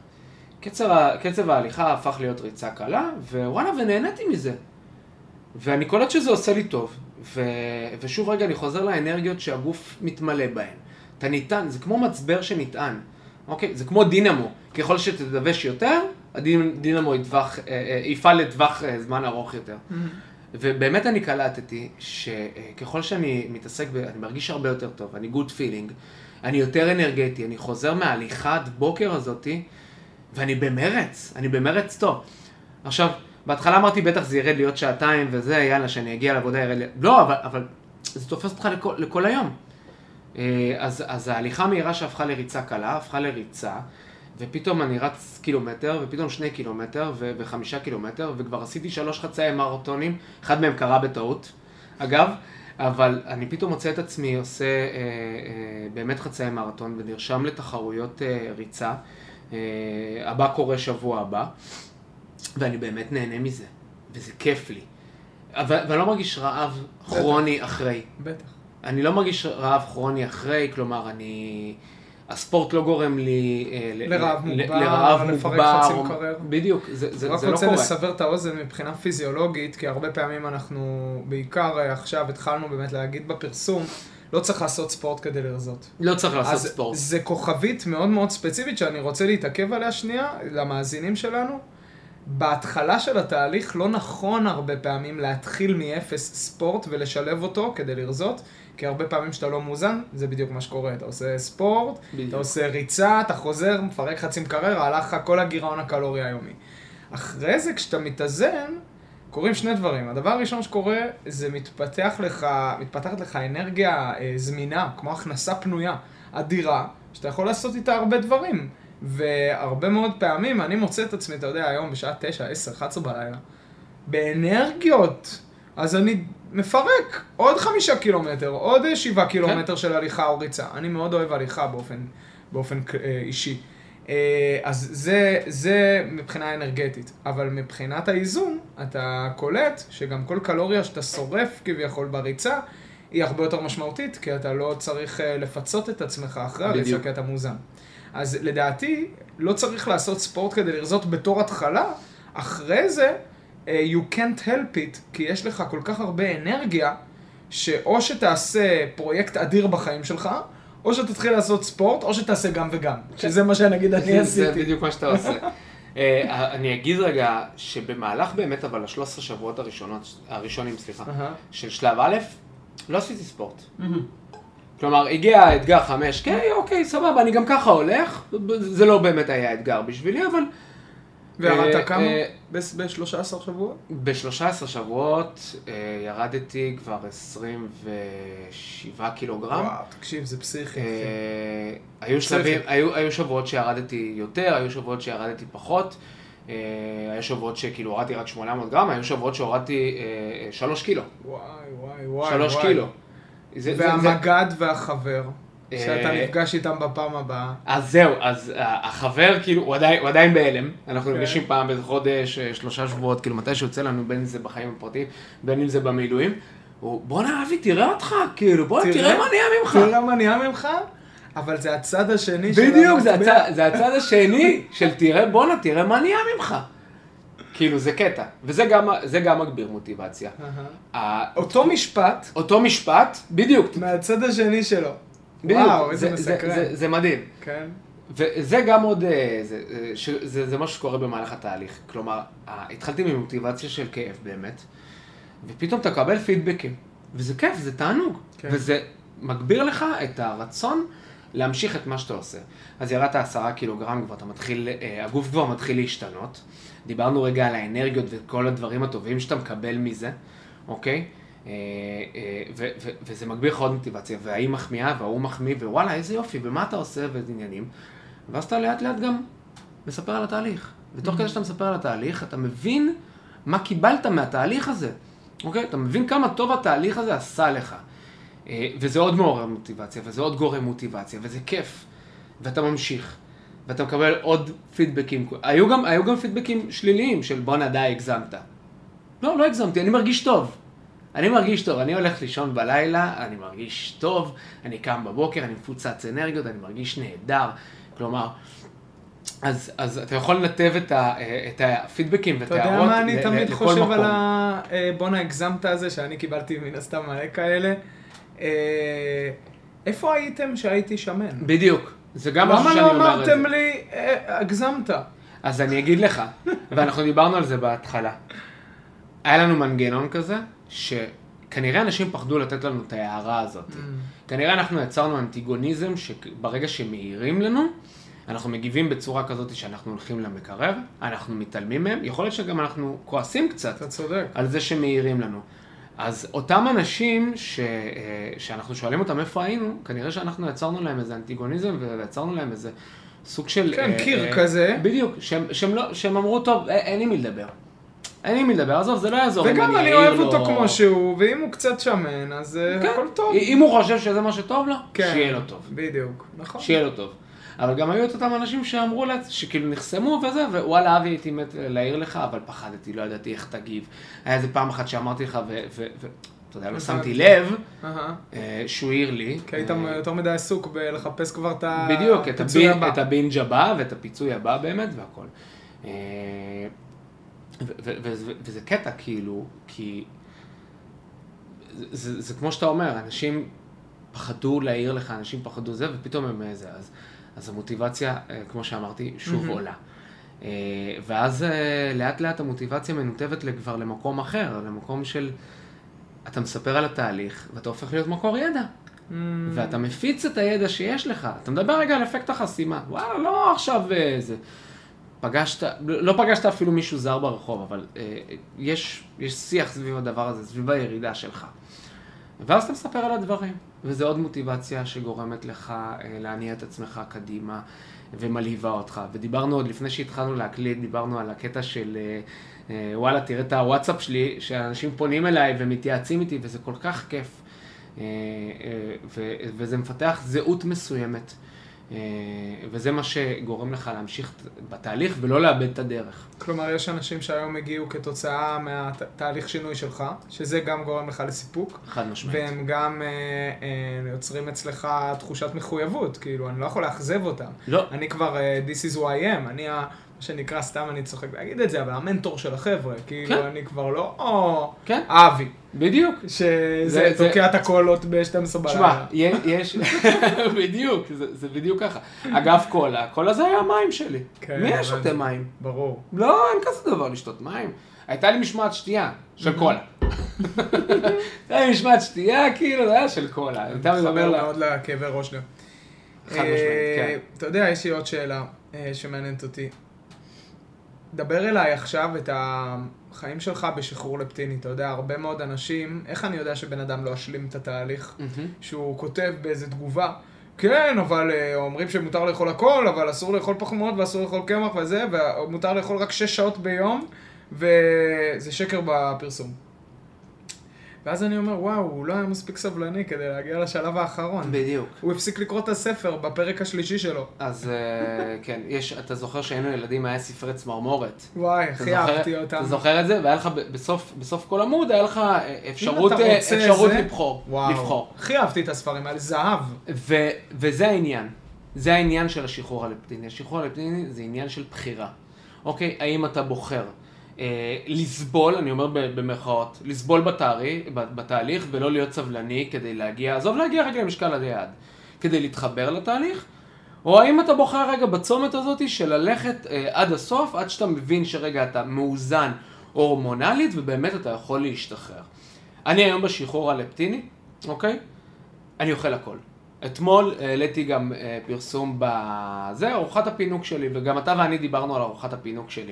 קצב ההליכה הפך להיות ריצה קלה, ווואלה, ונהניתי מזה. ואני קולט שזה עושה לי טוב, ושוב רגע אני חוזר לאנרגיות שהגוף מתמלא בהן. אתה ניתן, זה כמו מצבר שנטען, אוקיי? זה כמו דינמו, ככל שתדווש יותר, הדינמו יפעל לטווח זמן ארוך יותר. ובאמת אני קלטתי שככל שאני מתעסק, אני מרגיש הרבה יותר טוב, אני good feeling, אני יותר אנרגטי, אני חוזר מההליכת בוקר הזאתי, ואני במרץ טוב. עכשיו, בהתחלה אמרתי בטח זה ירד להיות שעתיים וזה, יאללה, שאני אגיע לעבודה ירד לי... לא, אבל זה תופס אותך לכל היום. אז ההליכה מהירה שהפכה לריצה קלה, הפכה לריצה, ופתאום אני רץ קילומטר, ופתאום 2 קילומטר, ו5 קילומטר, וכבר עשיתי 3 חצאי מרתונים, אחד מהם קרה בטעות, אגב, אבל אני פתאום מוצא את עצמי עושה באמת חצאי מרתון, ונרשם לתחרויות ריצה, הבא קורה שבוע הבא, ואני באמת נהנה מזה, וזה כיף לי. ואני לא מרגיש רעב כרוני אחרי. בטח. אני לא מרגיש רעב כרוני אחרי, כלומר, הספורט לא גורם לי לרעב מוגבר, לפרק חצי מקרר. בדיוק, זה לא קורה. רק רוצה לסבר את האוזן מבחינה פיזיולוגית, כי הרבה פעמים אנחנו, בעיקר עכשיו התחלנו באמת להגיד בפרסום, לא צריך לעשות ספורט כדי לרזות. לא צריך לעשות ספורט. אז זה כוכבית מאוד מאוד ספציפית שאני רוצה להתעכב עליה שנייה, למאזינים שלנו. בהתחלה של התהליך לא נכון הרבה פעמים להתחיל מאפס ספורט ולשלב אותו כדי לרזות, כי הרבה פעמים שאתה לא מוזן, זה בדיוק מה שקורה. אתה עושה ספורט, בדיוק. אתה עושה ריצה, אתה חוזר, מפרק חצי מקרר, הלך לך כל הגירעון הקלורי היומי. אחרי זה, כשאתה מתאזן, קורים שני דברים. הדבר הראשון שקורה, זה מתפתחת לך אנרגיה זמינה, כמו הכנסה פנויה, אדירה, שאתה יכול לעשות איתה הרבה דברים. והרבה מאוד פעמים אני מוצא את עצמי, אתה יודע, היום בשעה 9, 10, 11 בלילה, באנרגיות. אז אני מפרק עוד 5 קילומטר, עוד 7 קילומטר של הליכה או ריצה. אני מאוד אוהב הליכה באופן אישי. אז זה מבחינה אנרגטית. אבל מבחינת האיזון, אתה קולט שגם כל קלוריה שאתה שורף כביכול בריצה, היא הרבה יותר משמעותית, כי אתה לא צריך לפצות את עצמך אחרי הריצה, כי אתה מוזן. אז לדעתי, לא צריך לעשות ספורט כדי לרזות בתור התחלה, אחרי זה, you can't help it, כי יש לך כל כך הרבה אנרגיה, שאו שתעשה פרויקט אדיר בחיים שלך, או שתתחיל לעשות ספורט, או שתעשה גם וגם. שזה מה שנגיד אני עשיתי. זה בדיוק מה שאתה עושה. אני אגיד רגע, שבמהלך באמת, אבל 13 שבועות הראשונים, של שלב א', לא עשיתי ספורט. כלומר, הגיע האתגר 5K, אוקיי, סבבה, אני גם ככה הולך, זה לא באמת היה אתגר בשבילי, אבל... וירדת כמה? ב-13 שבועות? ב-13 שבועות ירדתי כבר 27 קילוגרם. וואו, תקשיב, זה פסיכי. היו שבועות שירדתי יותר, היו שבועות שירדתי פחות, היו שבועות שכאילו הורדתי רק 800 גרם, היו שבועות שהורדתי 3 קילו. וואי. 3 קילו. והמגד והחבר, שאתה נפגש איתם בפעם הבאה. אז זהו, אז החבר כאילו, הוא עדיין בהלם, אנחנו נפגשים פעם באיזה חודש, 3 שבועות, כאילו מתי שיוצא לנו, בין אם זה בחיים הפרטיים, בין אם זה במילואים, בוא נאבי, תראה אותך, כאילו, בוא תראה מה נהיה ממך. תראה מה נהיה ממך, אבל זה הצד השני של המטבע. בדיוק, זה הצד השני של תראה מה נהיה ממך. כאילו זה קטע, וזה גם מגביר מוטיבציה. אותו משפט, בדיוק. מהצד השני שלו. בדיוק, וואו, איזה מסקרן. זה מדהים. כן. וזה גם עוד, זה משהו שקורה במהלך התהליך. כלומר, התחלתי ממוטיבציה של כאב באמת, ופתאום אתה קבל פידבקים. וזה כיף, זה תענוג. וזה מגביר לך את הרצון להמשיך את מה שאתה עושה. אז ירדת 10 קילוגרם, כבר אתה מתחיל, הגוף כבר מתחיל להשתנות. דיברנו רגע על האנרגיות וכל הדברים הטובים שאתה מקבל מזה, אוקיי? וזה מגביר לך עוד מוטיבציה, והיא מחמיאה והוא מחמיא, ווואלה, איזה יופי, ומה אתה עושה ואיזה עניינים. ואז אתה לאט לאט גם מספר על התהליך. ותוך כדי שאתה מספר על התהליך, אתה מבין מה קיבלת מהתהליך הזה. אוקיי? אתה מבין כמה טוב התהליך הזה עשה לך. וזה עוד מעורר מוטיבציה, וזה עוד גורם מוטיבציה, וזה כיף. ואתה ממשיך. ואתה מקבל עוד פידבקים. היו גם פידבקים שליליים של בוא נדע, הגזמת. לא הגזמתי, אני מרגיש טוב. אני הולך לישון בלילה, אני מרגיש טוב, אני קם בבוקר, אני מפוצץ אנרגיות, אני מרגיש נהדר. כלומר, אז אתה יכול לנתב את הפידבקים ואת ההערות לכל מקום. אתה יודע מה אני תמיד חושב על בונה הגזמת הזה, שאני קיבלתי מן הסתם מלא כאלה. איפה הייתם שהייתי שמן? בדיוק. זה גם משהו שאני אומר את זה. למה לא אמרתם לי, הגזמת? אז אני אגיד לך, ואנחנו דיברנו על זה בהתחלה. היה לנו מנגנון כזה, שכנראה אנשים פחדו לתת לנו את ההערה הזאת. כנראה אנחנו יצרנו אנטיגוניזם, שברגע שמאירים לנו, אנחנו מגיבים בצורה כזאת שאנחנו הולכים למקרר, אנחנו מתעלמים מהם, יכול להיות שגם אנחנו כועסים קצת. אתה צודק. על זה שמאירים לנו. אז אותם אנשים שאנחנו שואלים אותם איפה היינו, כנראה שאנחנו יצרנו להם איזה אנטיגוניזם, ויצרנו להם איזה סוג של... כן, קיר כזה. בדיוק, שהם אמרו, טוב, אין לי מי לדבר, עזוב, זה לא יעזור. וגם אני אוהב אותו כמו שהוא, ואם הוא קצת שמן, אז הכל טוב. אם הוא חושב שזה מה שטוב לו, שיהיה לו טוב. בדיוק, נכון. שיהיה לו טוב. אבל גם היו את אותם אנשים שאמרו לה, שכאילו נחסמו וזה, ווואלה, אבי הייתי מת להעיר לך, אבל פחדתי, לא ידעתי איך תגיב. היה איזה פעם אחת שאמרתי לך, אתה יודע, לא שמתי לב, שהוא העיר לי. כי היית יותר מדי עסוק בלחפש כבר את בדיוק, את הבינג' הבא ואת הפיצוי הבא באמת והכל. וזה קטע כאילו, כי זה כמו שאתה אומר, אנשים פחדו להעיר לך, אנשים פחדו זה, ופתאום הם איזה, אז המוטיבציה, כמו שאמרתי, שוב עולה. ואז לאט לאט המוטיבציה מנותבת כבר למקום אחר, למקום של, אתה מספר על התהליך, ואתה הופך להיות מקור ידע. ואתה מפיץ את הידע שיש לך. אתה מדבר רגע על אפקט החסימה. וואלה, לא עכשיו איזה... לא פגשת אפילו מישהו זר ברחוב, אבל יש שיח סביב הדבר הזה, סביב הירידה שלך. ואז אתה מספר על הדברים, וזה עוד מוטיבציה שגורמת לך להניע את עצמך קדימה ומלהיבה אותך. ודיברנו עוד לפני שהתחלנו להקליט, דיברנו על הקטע של וואלה, תראה את הוואטסאפ שלי, שאנשים פונים אליי ומתייעצים איתי, וזה כל כך כיף. וזה מפתח זהות מסוימת. וזה מה שגורם לך להמשיך בתהליך ולא לאבד את הדרך. כלומר, יש אנשים שהיום הגיעו כתוצאה מהתהליך שינוי שלך, שזה גם גורם לך לסיפוק. חד משמעית. והם גם יוצרים אצלך תחושת מחויבות, כאילו, אני לא יכול לאכזב אותם. לא. אני כבר, this is who I am, אני מה שנקרא, סתם אני צוחק להגיד את זה, אבל המנטור של החבר'ה, כאילו, כן. אני כבר לא, כן. אבי. בדיוק. שזה תוקע את הקולות ב-12 בלילה. תשמע, יש, בדיוק, זה בדיוק ככה. אגב, הקולה זה היה המים שלי. כן, מי שותה מים? ברור. לא, אין כזה דבר לשתות מים. הייתה לי משמעת שתייה של קולה. זה היה משמעת שתייה, כאילו, זה היה של קולה. אתה מדבר מאוד לכאבי ראש גם. חד משמעית, כן. אתה יודע, יש לי עוד שאלה שמעניינת אותי. דבר אליי עכשיו את החיים שלך בשחרור לפטיני. אתה יודע, הרבה מאוד אנשים, איך אני יודע שבן אדם לא אשלים את התהליך? שהוא כותב באיזה תגובה, כן, אבל אומרים שמותר לאכול הכל, אבל אסור לאכול פחמות ואסור לאכול קמח וזה, ומותר לאכול רק 6 שעות ביום, וזה שקר בפרסום. ואז אני אומר, וואו, הוא לא היה מספיק סבלני כדי להגיע לשלב האחרון. בדיוק. הוא הפסיק לקרוא את הספר בפרק השלישי שלו. אז כן, אתה זוכר שהיינו ילדים, היה ספרי צמרמורת. וואי, הכי אהבתי אותם. אתה זוכר את זה? והיה לך בסוף כל עמוד, היה לך אפשרות לבחור. וואו, הכי אהבתי את הספרים האלה, זהב. וזה העניין. זה העניין של השחרור הלפטיני. השחרור הלפטיני זה עניין של בחירה. אוקיי, האם אתה בוחר לסבול, אני אומר במרכאות, לסבול בתהליך ולא להיות סבלני כדי להגיע, עזוב להגיע רגע למשקל היעד, כדי להתחבר לתהליך, או האם אתה בוחר רגע בצומת הזאת של ללכת עד הסוף, עד שאתה מבין שרגע אתה מאוזן הורמונלית ובאמת אתה יכול להשתחרר. אני היום בשחרור הלפטיני, אוקיי? אני אוכל הכל. אתמול העליתי גם פרסום בזה, ארוחת הפינוק שלי, וגם אתה ואני דיברנו על ארוחת הפינוק שלי.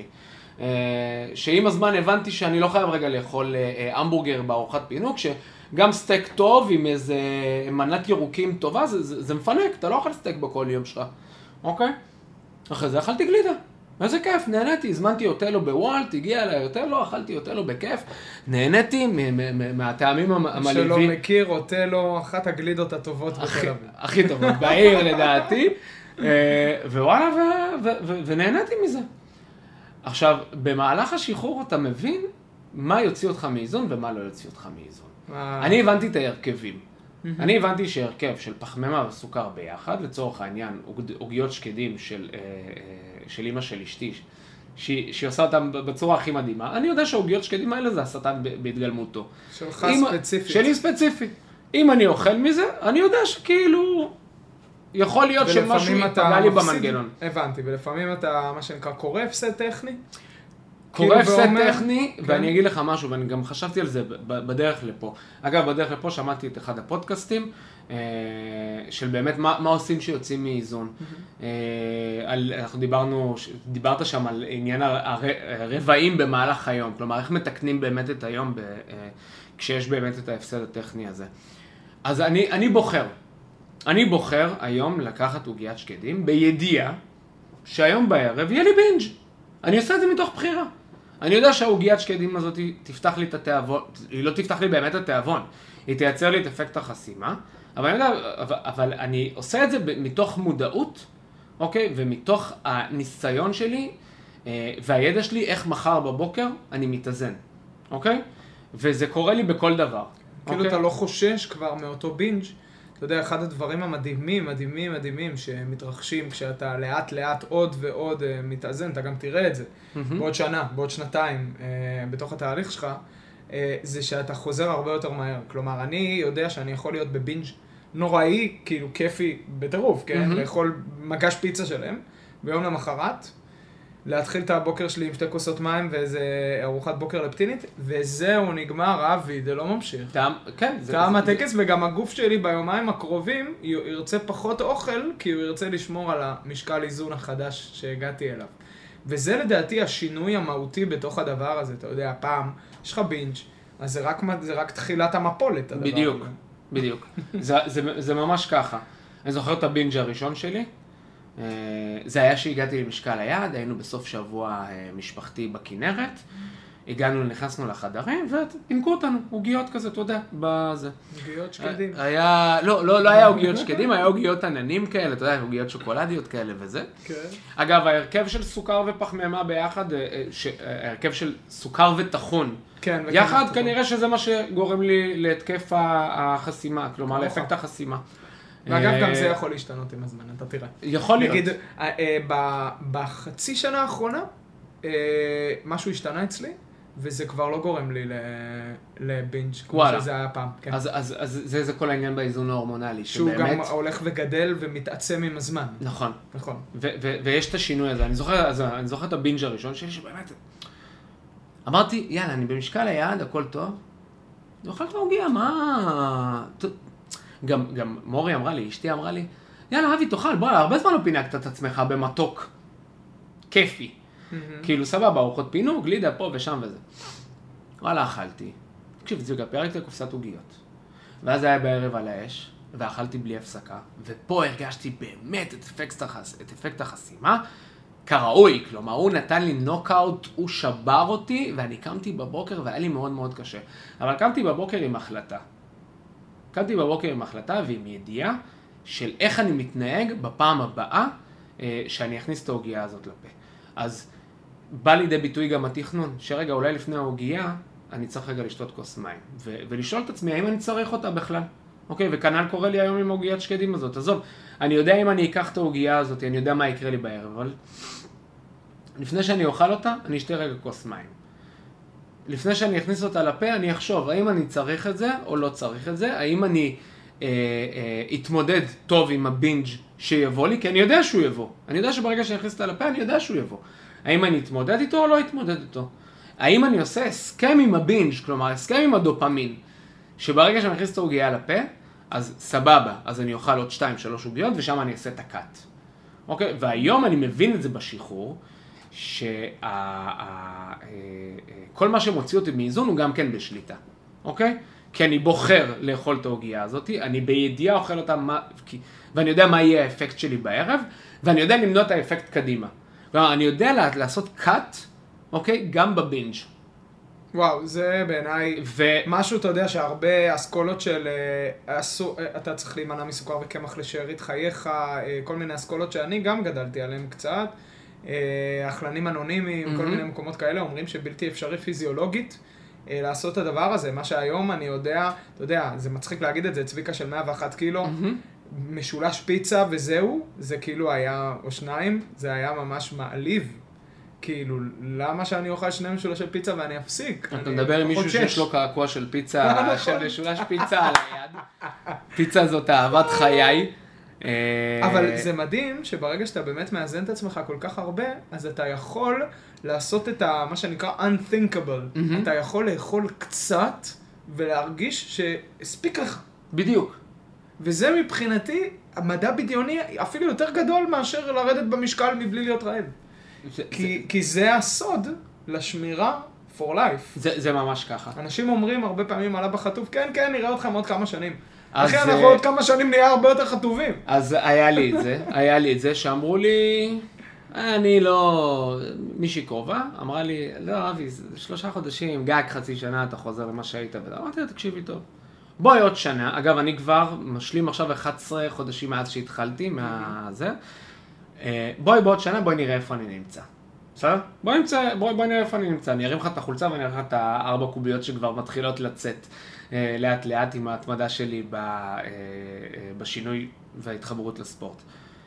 שעם הזמן הבנתי שאני לא חייב רגע לאכול המבורגר בארוחת פינוק, שגם סטייק טוב עם איזה מנת ירוקים טובה, זה מפנק, אתה לא אוכל סטייק בכל יום שלך, אוקיי? אחרי זה אכלתי גלידה, איזה כיף, נהניתי, הזמנתי אוטלו בוואלט, הגיע אליי אוטלו, אכלתי אוטלו בכיף, נהניתי מהטעמים המלאיבים. שלא מכיר, אוטלו, אחת הגלידות הטובות בתל אביב. הכי טובות, בעיר לדעתי, ווואלה, ונהניתי מזה. עכשיו, במהלך השחרור אתה מבין מה יוציא אותך מאיזון ומה לא יוציא אותך מאיזון. אני הבנתי את ההרכבים. אני הבנתי שהרכב של פחמימה וסוכר ביחד, לצורך העניין, עוגיות שקדים של אמא של אשתי, שהיא עושה אותם בצורה הכי מדהימה. אני יודע שהעוגיות שקדים האלה זה השטן בהתגלמותו. שלך ספציפית. שלי ספציפי. אם אני אוכל מזה, אני יודע שכאילו יכול להיות שמשהו יפגע לי במנגנון. הבנתי, ולפעמים אתה, מה שנקרא, קורא הפסד טכני? קורא הפסד טכני, ואני אגיד לך משהו, ואני גם חשבתי על זה בדרך לפה. אגב, בדרך לפה שמעתי את אחד הפודקאסטים, של באמת מה עושים שיוצאים מאיזון. אנחנו דיברת שם על עניין הרבעים במהלך היום, כלומר, איך מתקנים באמת את היום כשיש באמת את ההפסד הטכני הזה. אז אני בוחר היום לקחת עוגיית שקדים בידיעה שהיום בערב יהיה לי בינג'. אני עושה את זה מתוך בחירה. אני יודע שהעוגיית שקדים הזאת תפתח לי את התיאבון, היא לא תפתח לי באמת את התיאבון, היא תייצר לי את אפקט החסימה, אבל אני עושה את זה מתוך מודעות, אוקיי? ומתוך הניסיון שלי והידע שלי איך מחר בבוקר אני מתאזן, אוקיי? וזה קורה לי בכל דבר. כאילו אתה לא חושש כבר מאותו בינג'. אתה יודע, אחד הדברים המדהימים שמתרחשים כשאתה לאט לאט עוד ועוד מתאזן, אתה גם תראה את זה בעוד שנה, בעוד שנתיים בתוך התהליך שלך, זה שאתה חוזר הרבה יותר מהר. כלומר, אני יודע שאני יכול להיות בבינג' נוראי, כאילו כיפי בטירוף, כן? לאכול מגש פיצה שלהם, ביום למחרת, להתחיל את הבוקר שלי עם 2 כוסות מים ואיזה ארוחת בוקר לפטינית, וזהו, נגמר, אבי, זה לא ממשיך. כן. טעם הטקס, וגם הגוף שלי ביומיים הקרובים ירצה פחות אוכל, כי הוא ירצה לשמור על המשקל איזון החדש שהגעתי אליו. וזה לדעתי השינוי המהותי בתוך הדבר הזה, אתה יודע, פעם יש לך בינג', אז זה רק תחילת המפולת, הדבר הזה. בדיוק. זה ממש ככה. אני זוכר את הבינג' הראשון שלי, זה היה שהגעתי למשקל היעד, היינו בסוף שבוע משפחתי בכנרת, נכנסנו לחדרים ופינקו אותנו, עוגיות כזה, אתה יודע, בזה. עוגיות שקדים. לא היה עוגיות שקדים, היה עוגיות עננים כאלה, אתה יודע, עוגיות שוקולדיות כאלה וזה. כן. אגב, ההרכב של סוכר ופחמימה ביחד, ההרכב של סוכר וטחון, כן, יחד כנראה שזה מה שגורם לי להתקף החסימה, כלומר לאפקט החסימה. ואגב, גם זה יכול להשתנות עם הזמן, אתה תראה. יכול להיות. נגיד, בחצי שנה האחרונה, משהו השתנה אצלי, וזה כבר לא גורם לי לבינג' כמו שזה היה פעם. אז זה כל העניין באיזון ההורמונלי. שהוא גם הולך וגדל ומתעצם עם הזמן. נכון. נכון. ויש את השינוי הזה. אני זוכר את הבינג' הראשון שלי, שבאמת אמרתי, יאללה, אני במשקל היעד, הכל טוב, אוכל את העוגיה, מה... גם מורי אמרה לי, אשתי אמרה לי, יאללה, אבי, תאכל, בוא, הרבה זמן לא פינקת את עצמך במתוק כיפי. כאילו, סבבה, ארוחות פינוק, גלידה פה ושם וזה. וואלה, אכלתי. תקשיב, זה פרק לקופסת עוגיות. ואז היה בערב על האש, ואכלתי בלי הפסקה, ופה הרגשתי באמת את אפקט החסימה, כראוי, כלומר, הוא נתן לי נוקאוט, הוא שבר אותי, ואני קמתי בבוקר, והיה לי מאוד מאוד קשה. אבל קמתי בבוקר עם החלטה. ועם ידיעה של איך אני מתנהג בפעם הבאה, שאני אכניס את העוגיה הזאת לפה. אז בא לידי ביטוי גם התכנון, שרגע, אולי לפני העוגיה, אני צריך רגע לשתות כוס מים, ולשאול את עצמי, האם אני צריך אותה בכלל? אוקיי, וכנ"ל קורה לי היום עם העוגיית שקדים הזאת. עזוב, אני יודע אם אני אקח את העוגייה הזאת, אני יודע מה יקרה לי בערב, אבל לפני שאני אוכל אותה, אני אשתה רגע כוס מים. לפני שאני אכניס אותה לפה, אני אחשוב, האם אני צריך את זה או לא צריך את זה, האם אני אתמודד טוב עם הבינג' שיבוא לי, כי אני יודע שהוא יבוא. אני יודע שברגע שאני אכניס אותה לפה, אני יודע שהוא יבוא. האם אני אתמודד איתו או לא אתמודד איתו? האם אני עושה הסכם עם הבינג', כלומר הסכם עם הדופמין, שברגע שאני אכניס את העוגיה לפה, אז סבבה, אז אני אוכל עוד 2-3 עוגיות, ושם אני אעשה את הקאט. אוקיי? והיום אני מבין את זה בשחרור, שכל מה שמוציא אותי מאיזון הוא גם כן בשליטה. אוקיי? כי אני בוחר לאכול את העוגיה הזאת, אני בידיעה אוכל אותה, ואני יודע מה יהיה האפקט שלי בערב, ואני יודע למנוע את האפקט קדימה. כלומר, אני יודע לעשות קאט, אוקיי? גם בבינג'. וואו, זה בעיניי משהו, אתה יודע, שהרבה אסכולות של אתה צריך להימנע מסוכר וקמח לשארית חייך, כל מיני אסכולות שאני גם גדלתי עליהם קצת, אכלנים אנונימיים, כל מיני מקומות כאלה, אומרים שבלתי אפשרי פיזיולוגית לעשות את הדבר הזה. מה שהיום אני יודע, אתה יודע, זה מצחיק להגיד את זה, צביקה של 101 קילו, משולש פיצה וזהו, זה כאילו היה, או 2, זה היה ממש מעליב. כאילו, למה שאני אוכל 2 משולשי פיצה ואני אפסיק? אתה מדבר עם מישהו שיש לו קעקוע של פיצה, של משולש פיצה על היד. פיצה זאת אהבת חיי. אבל זה מדהים שברגע שאתה באמת מאזן את עצמך כל כך הרבה, אז אתה יכול לעשות את מה שנקרא unthinkable. אתה יכול לאכול קצת ולהרגיש שהספיק לך. בדיוק. וזה מבחינתי, המדע בדיוני אפילו יותר גדול מאשר לרדת במשקל מבלי להיות רעב. כי זה הסוד לשמירה for life. זה ממש ככה. אנשים אומרים הרבה פעמים על אבא חטוב, כן, כן, נראה אתכם עוד כמה שנים. אחרי אנחנו עוד כמה שנים נהיה הרבה יותר חטובים. אז היה לי את זה שאמרו לי, אני לא, מישהי קרובה, אמרה לי, לא אבי, 3 חודשים, גג חצי שנה, אתה חוזר למה שהיית. אמרתי לה, תקשיבי טוב. בואי עוד שנה, אגב, אני כבר משלים עכשיו 11 חודשים מאז שהתחלתי מהזה. בואי בעוד שנה, בואי נראה איפה אני נמצא. בסדר? בואי נראה איפה אני נמצא. אני ארים לך את החולצה ואני אראה לך את 4 קוביות שכבר מתחילות לצאת לאט לאט עם ההתמדה שלי בשינוי וההתחברות לספורט.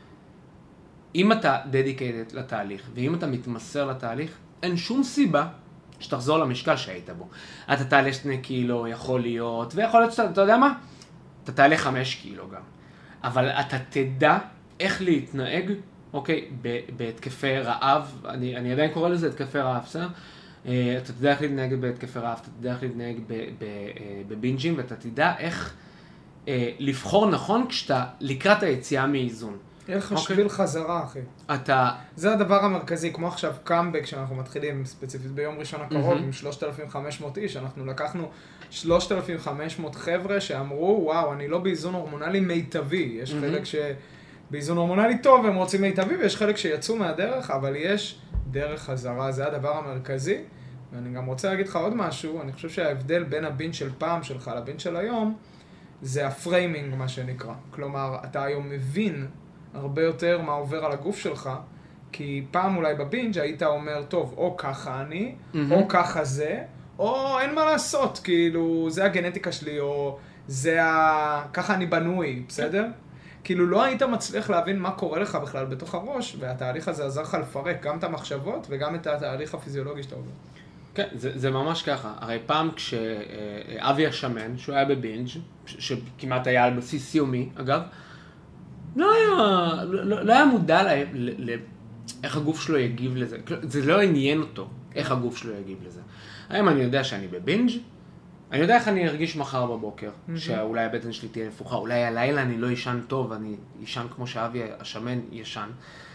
אם אתה dedicated לתהליך ואם אתה מתמסר לתהליך, אין שום סיבה שתחזור למשקל שהיית בו. אתה תעלה 2 קילו, יכול להיות, ויכול להיות שאתה יודע מה? אתה תעלה 5 קילו גם. אבל אתה תדע איך להתנהג, אוקיי, בהתקפי רעב, אני עדיין קורא לזה התקפי רעב, בסדר? אתה תדע איך להתנהג בהתקפי רעב, אתה תדע איך להתנהג בבינג'ים, ואתה תדע איך לבחור נכון כשאתה לקראת היציאה מאיזון. יהיה לך שביל חזרה, אחי. זה הדבר המרכזי, כמו עכשיו קאמבק שאנחנו מתחילים ספציפית ביום ראשון הקרוב עם 3,500 איש, אנחנו לקחנו 3,500 חבר'ה שאמרו, וואו, אני לא באיזון הורמונלי מיטבי, יש חלק שבאיזון הורמונלי טוב הם רוצים מיטבי, ויש חלק שיצאו מהדרך, אבל יש דרך חזרה, זה הדבר המרכזי. ואני גם רוצה להגיד לך עוד משהו, אני חושב שההבדל בין הבינג' של פעם שלך לבינג' של היום, זה הפריימינג, מה שנקרא. כלומר, אתה היום מבין הרבה יותר מה עובר על הגוף שלך, כי פעם אולי בבינג' היית אומר, טוב, או ככה אני, או ככה זה, או אין מה לעשות, כאילו, זה הגנטיקה שלי, או זה ככה אני בנוי, בסדר? כאילו, לא היית מצליח להבין מה קורה לך בכלל בתוך הראש, והתהליך הזה עזר לך לפרק גם את המחשבות וגם את התהליך הפיזיולוגי שאתה עובר. כן, זה ממש ככה. הרי פעם כשאבי השמן, שהוא היה בבינג', שכמעט היה על בסיס יומי, אגב, לא היה מודע איך הגוף שלו יגיב לזה. זה לא עניין אותו איך הגוף שלו יגיב לזה. היום אני יודע שאני בבינג', אני יודע איך אני ארגיש מחר בבוקר, שאולי הבטן שלי תהיה נפוחה, אולי הלילה אני לא ישן טוב, אני ישן כמו שאבי השמן ישן.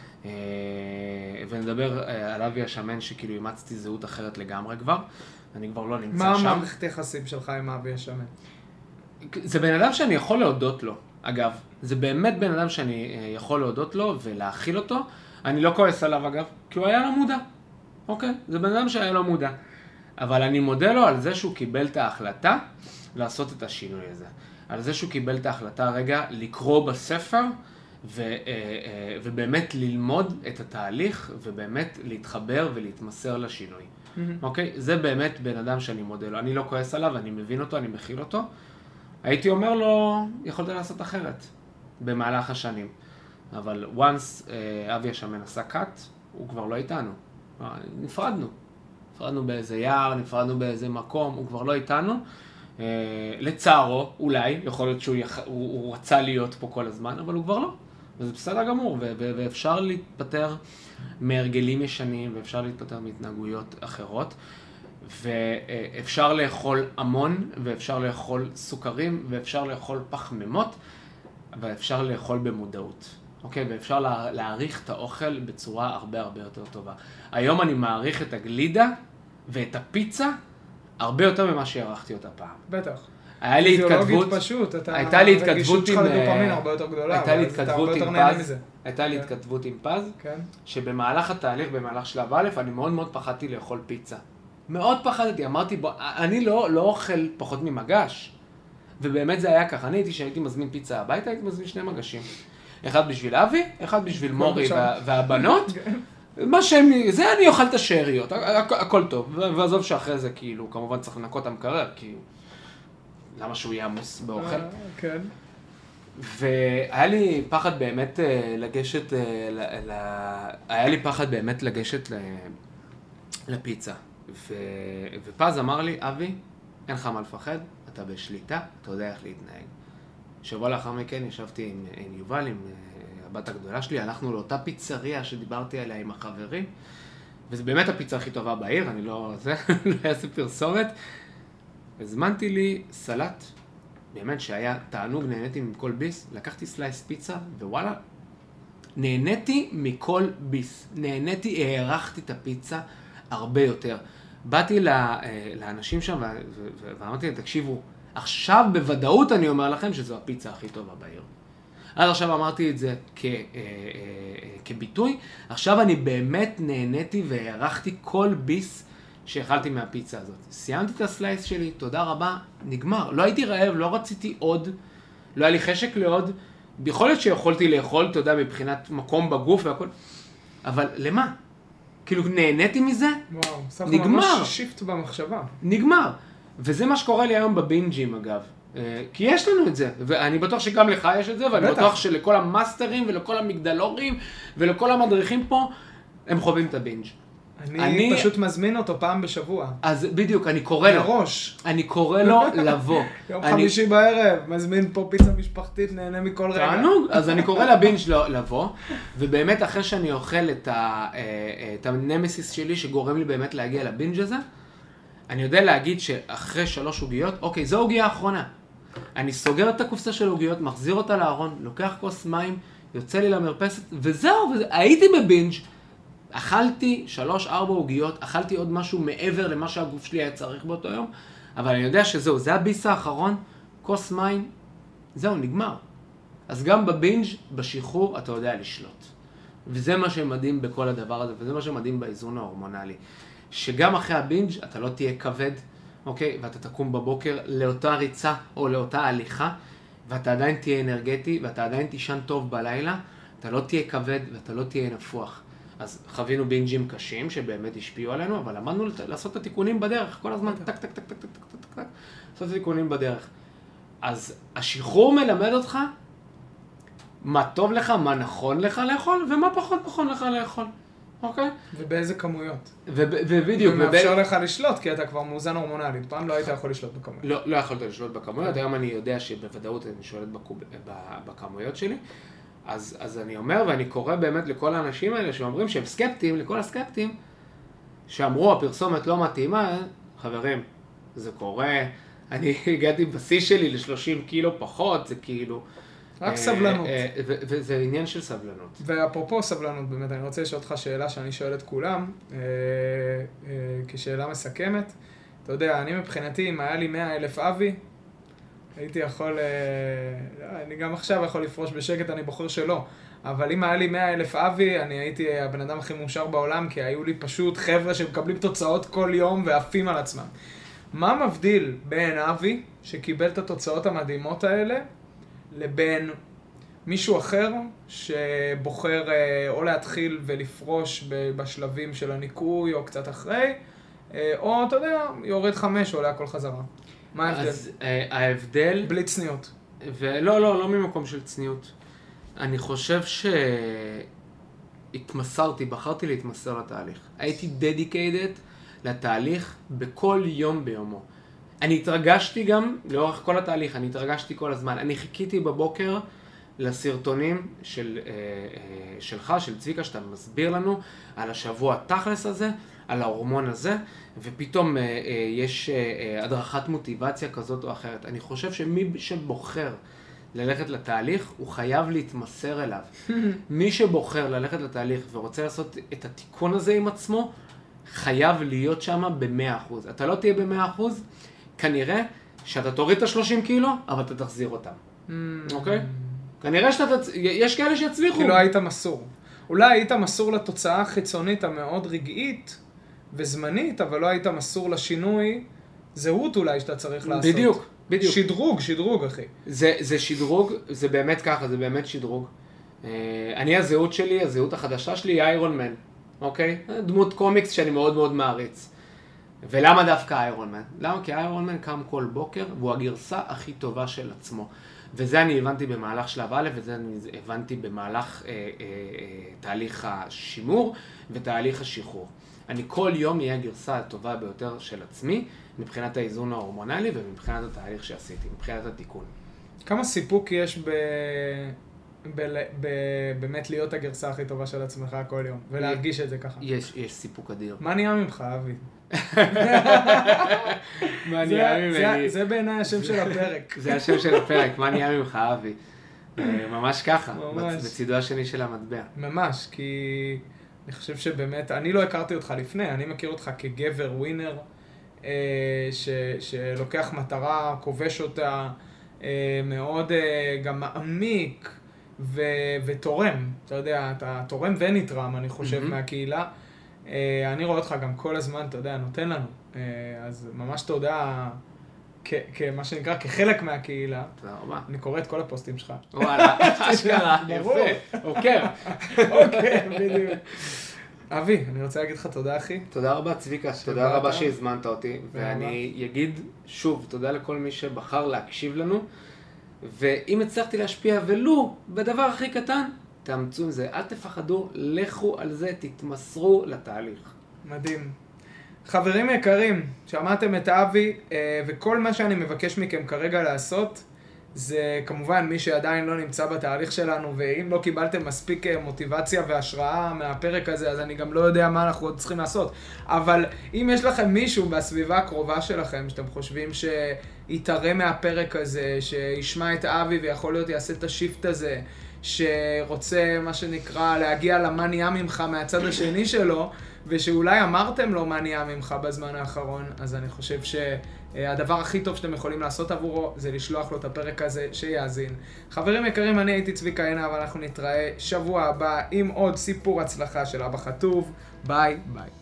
ונדבר על אבי השמן שכאילו אימצתי זהות אחרת לגמרי כבר, אני כבר לא נמצא שם. מה המערכת יחסים שלך עם אבי השמן? זה בן אדם שאני יכול להודות לו, אגב. זה באמת בן אדם שאני יכול להודות לו ולהכיל אותו. אני לא כועס עליו אגב, כי הוא היה לא מודע. אוקיי? זה בן אדם שהיה לא מודע. אבל אני מודה לו על זה שהוא קיבל את ההחלטה לעשות את השינוי הזה. על זה שהוא קיבל את ההחלטה רגע לקרוא בספר ובאמת ללמוד את התהליך ובאמת להתחבר ולהתמסר לשינוי. אוקיי? זה באמת בן אדם שאני מודה לו. אני לא כועס עליו, אני מבין אותו, אני מכיל אותו. הייתי אומר לו, יכולת לעשות אחרת במהלך השנים. אבל once אבי השמן עשה קאט, הוא כבר לא איתנו. נפרדנו. נפרדנו באיזה יער, נפרדנו באיזה מקום, הוא כבר לא איתנו. לצערו, אולי, יכול להיות שהוא רצה להיות פה כל הזמן, אבל הוא כבר לא. וזה בסדר גמור, ואפשר להתפטר מהרגלים ישנים, ואפשר להתפטר מהתנהגויות אחרות. ואפשר לאכול המון, ואפשר לאכול סוכרים, ואפשר לאכול פחמימות, ואפשר לאכול במודעות. אוקיי? ואפשר להעריך את האוכל בצורה הרבה הרבה יותר טובה. היום אני מעריך את הגלידה ואת הפיצה הרבה יותר ממה שהערכתי אותה פעם. בטח. היה לי התכתבות, הייתה לי התכתבות עם, הייתה לי התכתבות עם פז, שבמהלך התהליך, במהלך שלב א', אני מאוד מאוד פחדתי לאכול פיצה. מאוד פחדתי, אמרתי, אני לא אוכל פחות ממגש. ובאמת זה היה ככה, אני הייתי מזמין פיצה הביתה, הייתי מזמין 2 מגשים. אחד בשביל אבי, אחד בשביל מורי והבנות. מה שהם, זה אני אוכל את השאריות, הכל טוב. ועזוב שאחרי זה, כאילו, כמובן צריך לנקות את המקרר, כי למה שהוא יהיה עמוס באוכל. כן. והיה לי פחד באמת לגשת, היה לי פחד באמת לגשת לפיצה. ופז אמר לי, אבי, אין לך מה לפחד, אתה בשליטה, אתה יודע איך להתנהג. שבוע לאחר מכן ישבתי עם יובל, עם הבת הגדולה שלי, הלכנו לאותה פיצריה שדיברתי עליה עם החברים, וזה באמת הפיצה הכי טובה בעיר, אני לא אעשה פרסומת. הזמנתי לי סלט, באמת שהיה תענוג, נהניתי מכל ביס, לקחתי סלייס פיצה, ווואלה, נהניתי מכל ביס, הערכתי את הפיצה הרבה יותר. באתי לאנשים שם ואמרתי להם, תקשיבו, עכשיו בוודאות אני אומר לכם שזו הפיצה הכי טובה בעיר. עד עכשיו אמרתי את זה כביטוי, עכשיו אני באמת נהניתי והערכתי כל ביס שאכלתי מהפיצה הזאת. סיימתי את הסלייס שלי, תודה רבה, נגמר. לא הייתי רעב, לא רציתי עוד, לא היה לי חשק לעוד. יכול להיות שיכולתי לאכול, אתה יודע, מבחינת מקום בגוף והכל, אבל למה? כאילו נהניתי מזה, וואו, נגמר. ממש שיפט במחשבה. נגמר. וזה מה שקורה לי היום בבינג'ים אגב. כי יש לנו את זה, ואני בטוח שגם לך יש את זה, ואני בטוח שלכל המאסטרים ולכל המגדלורים ולכל המדריכים פה, הם חווים את הבינג'. אני פשוט מזמין אותו פעם בשבוע. אז בדיוק, אני קורא לו. מראש. אני קורא לו לבוא. יום חמישי בערב, מזמין פה פיצה משפחתית, נהנה מכל רגע. תענוג, אז אני קורא לבינג' לבוא, ובאמת אחרי שאני אוכל את הנמסיס שלי שגורם לי באמת להגיע לבינג' הזה, אני יודע להגיד שאחרי 3 עוגיות, אוקיי, זו העוגיה האחרונה. אני סוגר את הקופסה של העוגיות, מחזיר אותה לארון, לוקח כוס מים, יוצא לי למרפסת, וזהו, הייתי בבינג'. אכלתי 3-4 עוגיות, אכלתי עוד משהו מעבר למה שהגוף שלי היה צריך באותו יום, אבל אני יודע שזהו, זה הביס האחרון, כוס מים, זהו, נגמר. אז גם בבינג', בשחרור, אתה יודע לשלוט. וזה מה שמדהים בכל הדבר הזה, וזה מה שמדהים באיזון ההורמונלי. שגם אחרי הבינג' אתה לא תהיה כבד, אוקיי? ואתה תקום בבוקר לאותה ריצה או לאותה הליכה, ואתה עדיין תהיה אנרגטי, ואתה עדיין תישן טוב בלילה, אתה לא תהיה כבד ואתה לא תהיה נפוח. אז חווינו בינג'ים קשים שבאמת השפיעו עלינו, אבל למדנו לעשות את התיקונים בדרך, כל הזמן טק, טק, טק, טק, טק, טק, טק, טק, לעשות את התיקונים בדרך. אז השחרור מלמד אותך מה טוב לך, מה נכון לך לאכול, ומה פחות נכון לך לאכול, אוקיי? ובאיזה כמויות. ובדיוק. ומאפשר לך לשלוט, כי אתה כבר מאוזן הורמונלית, פעם לא היית יכול לשלוט בכמויות. לא יכולת לשלוט בכמויות, היום אני יודע שבוודאות אני שולט בכמויות שלי. אז אני אומר, ואני קורא באמת לכל האנשים האלה שאומרים שהם סקפטיים, לכל הסקפטיים, שאמרו הפרסומת לא מתאימה, חברים, זה קורה, אני הגעתי בשיא שלי ל-30 קילו פחות, זה כאילו... רק סבלנות. וזה עניין של סבלנות. ואפרופו סבלנות, באמת, אני רוצה לשאול אותך שאלה שאני שואל את כולם, כשאלה מסכמת. אתה יודע, אני מבחינתי, אם היה לי 100,000 אבי, הייתי יכול, אני גם עכשיו יכול לפרוש בשקט, אני בוחר שלא. אבל אם היה לי 100,000 אבי, אני הייתי הבן אדם הכי מאושר בעולם, כי היו לי פשוט חבר'ה שמקבלים תוצאות כל יום ועפים על עצמם. מה מבדיל בין אבי, שקיבל את התוצאות המדהימות האלה, לבין מישהו אחר שבוחר או להתחיל ולפרוש בשלבים של הניקוי או קצת אחרי, או אתה יודע, יורד 5 עולה הכל חזרה. מה ההבדל? אז ההבדל... בלי צניעות. לא ממקום של צניעות. אני חושב בחרתי להתמסר לתהליך. הייתי dedicated לתהליך בכל יום ביומו. אני התרגשתי גם, לאורך כל התהליך, אני התרגשתי כל הזמן. אני חיכיתי בבוקר לסרטונים שלך, של צביקה, שאתה מסביר לנו על השבוע התכלס הזה, על ההורמון הזה, ופתאום יש הדרכת מוטיבציה כזאת או אחרת. אני חושב שמי שבוחר ללכת לתהליך, הוא חייב להתמסר אליו. מי שבוחר ללכת לתהליך ורוצה לעשות את התיקון הזה עם עצמו, חייב להיות שם ב-100%. אתה לא תהיה ב-100%, כנראה שאתה תוריד את ה-30 קילו, אבל אתה תחזיר אותם. אוקיי? כנראה יש כאלה שיצליחו. כאילו היית מסור. אולי היית מסור לתוצאה החיצונית המאוד רגעית וזמנית, אבל לא היית מסור לשינוי זהות אולי שאתה צריך לעשות. בדיוק. שדרוג, אחי. זה שדרוג, זה באמת ככה, זה באמת שדרוג. הזהות שלי, הזהות החדשה שלי היא איירון מן, אוקיי? דמות קומיקס שאני מאוד מאוד מעריץ. ולמה דווקא איירון מן? למה? כי איירון מן קם כל בוקר, והוא הגרסה הכי טובה של עצמו. וזה אני הבנתי במהלך שלב א', וזה אני הבנתי במהלך תהליך השימור ותהליך השחרור. אני כל יום אהיה הגרסה הטובה ביותר של עצמי, מבחינת האיזון ההורמונלי ומבחינת התהליך שעשיתי, מבחינת התיקון. כמה סיפוק יש באמת להיות הגרסה הכי טובה של עצמך כל יום, ולהרגיש את זה ככה? יש סיפוק אדיר. מה נהיה ממך, אבי? מה נהיה ממני? זה בעיניי השם של הפרק. זה השם של הפרק, מה נהיה ממך, אבי? ממש ככה, בצידו השני של המטבע. ממש, כי אני חושב שבאמת, אני לא הכרתי אותך לפני, אני מכיר אותך כגבר ווינר, שלוקח מטרה, כובש אותה, מאוד גם מעמיק ותורם. אתה יודע, אתה תורם ונתרם, אני חושב, מהקהילה. אני רואה אותך גם כל הזמן, אתה יודע, נותן לנו. אז ממש תודה, מה שנקרא, כחלק מהקהילה. תודה רבה. אני קורא את כל הפוסטים שלך. וואלה, אשכרה, יפה. אוקיי, בדיוק. אבי, אני רוצה להגיד לך תודה, אחי. תודה רבה, צביקה. תודה רבה שהזמנת אותי. ואני אגיד שוב, תודה לכל מי שבחר להקשיב לנו. ואם הצלחתי להשפיע ולו בדבר הכי קטן, תאמצו עם זה, אל תפחדו, לכו על זה, תתמסרו לתהליך. מדהים. חברים יקרים, שמעתם את אבי, וכל מה שאני מבקש מכם כרגע לעשות, זה כמובן מי שעדיין לא נמצא בתהליך שלנו, ואם לא קיבלתם מספיק מוטיבציה והשראה מהפרק הזה, אז אני גם לא יודע מה אנחנו עוד צריכים לעשות. אבל אם יש לכם מישהו בסביבה הקרובה שלכם, שאתם חושבים שיתרם מהפרק הזה, שישמע את אבי ויכול להיות יעשה את השיפט הזה, שרוצה מה שנקרא להגיע למה נהיה ממך מהצד השני שלו, ושאולי אמרתם לו מה נהיה ממך בזמן האחרון, אז אני חושב שהדבר הכי טוב שאתם יכולים לעשות עבורו זה לשלוח לו את הפרק הזה שיאזין. חברים יקרים, אני הייתי צביקה עינה, ואנחנו נתראה שבוע הבא עם עוד סיפור הצלחה של אבא חטוב. ביי ביי.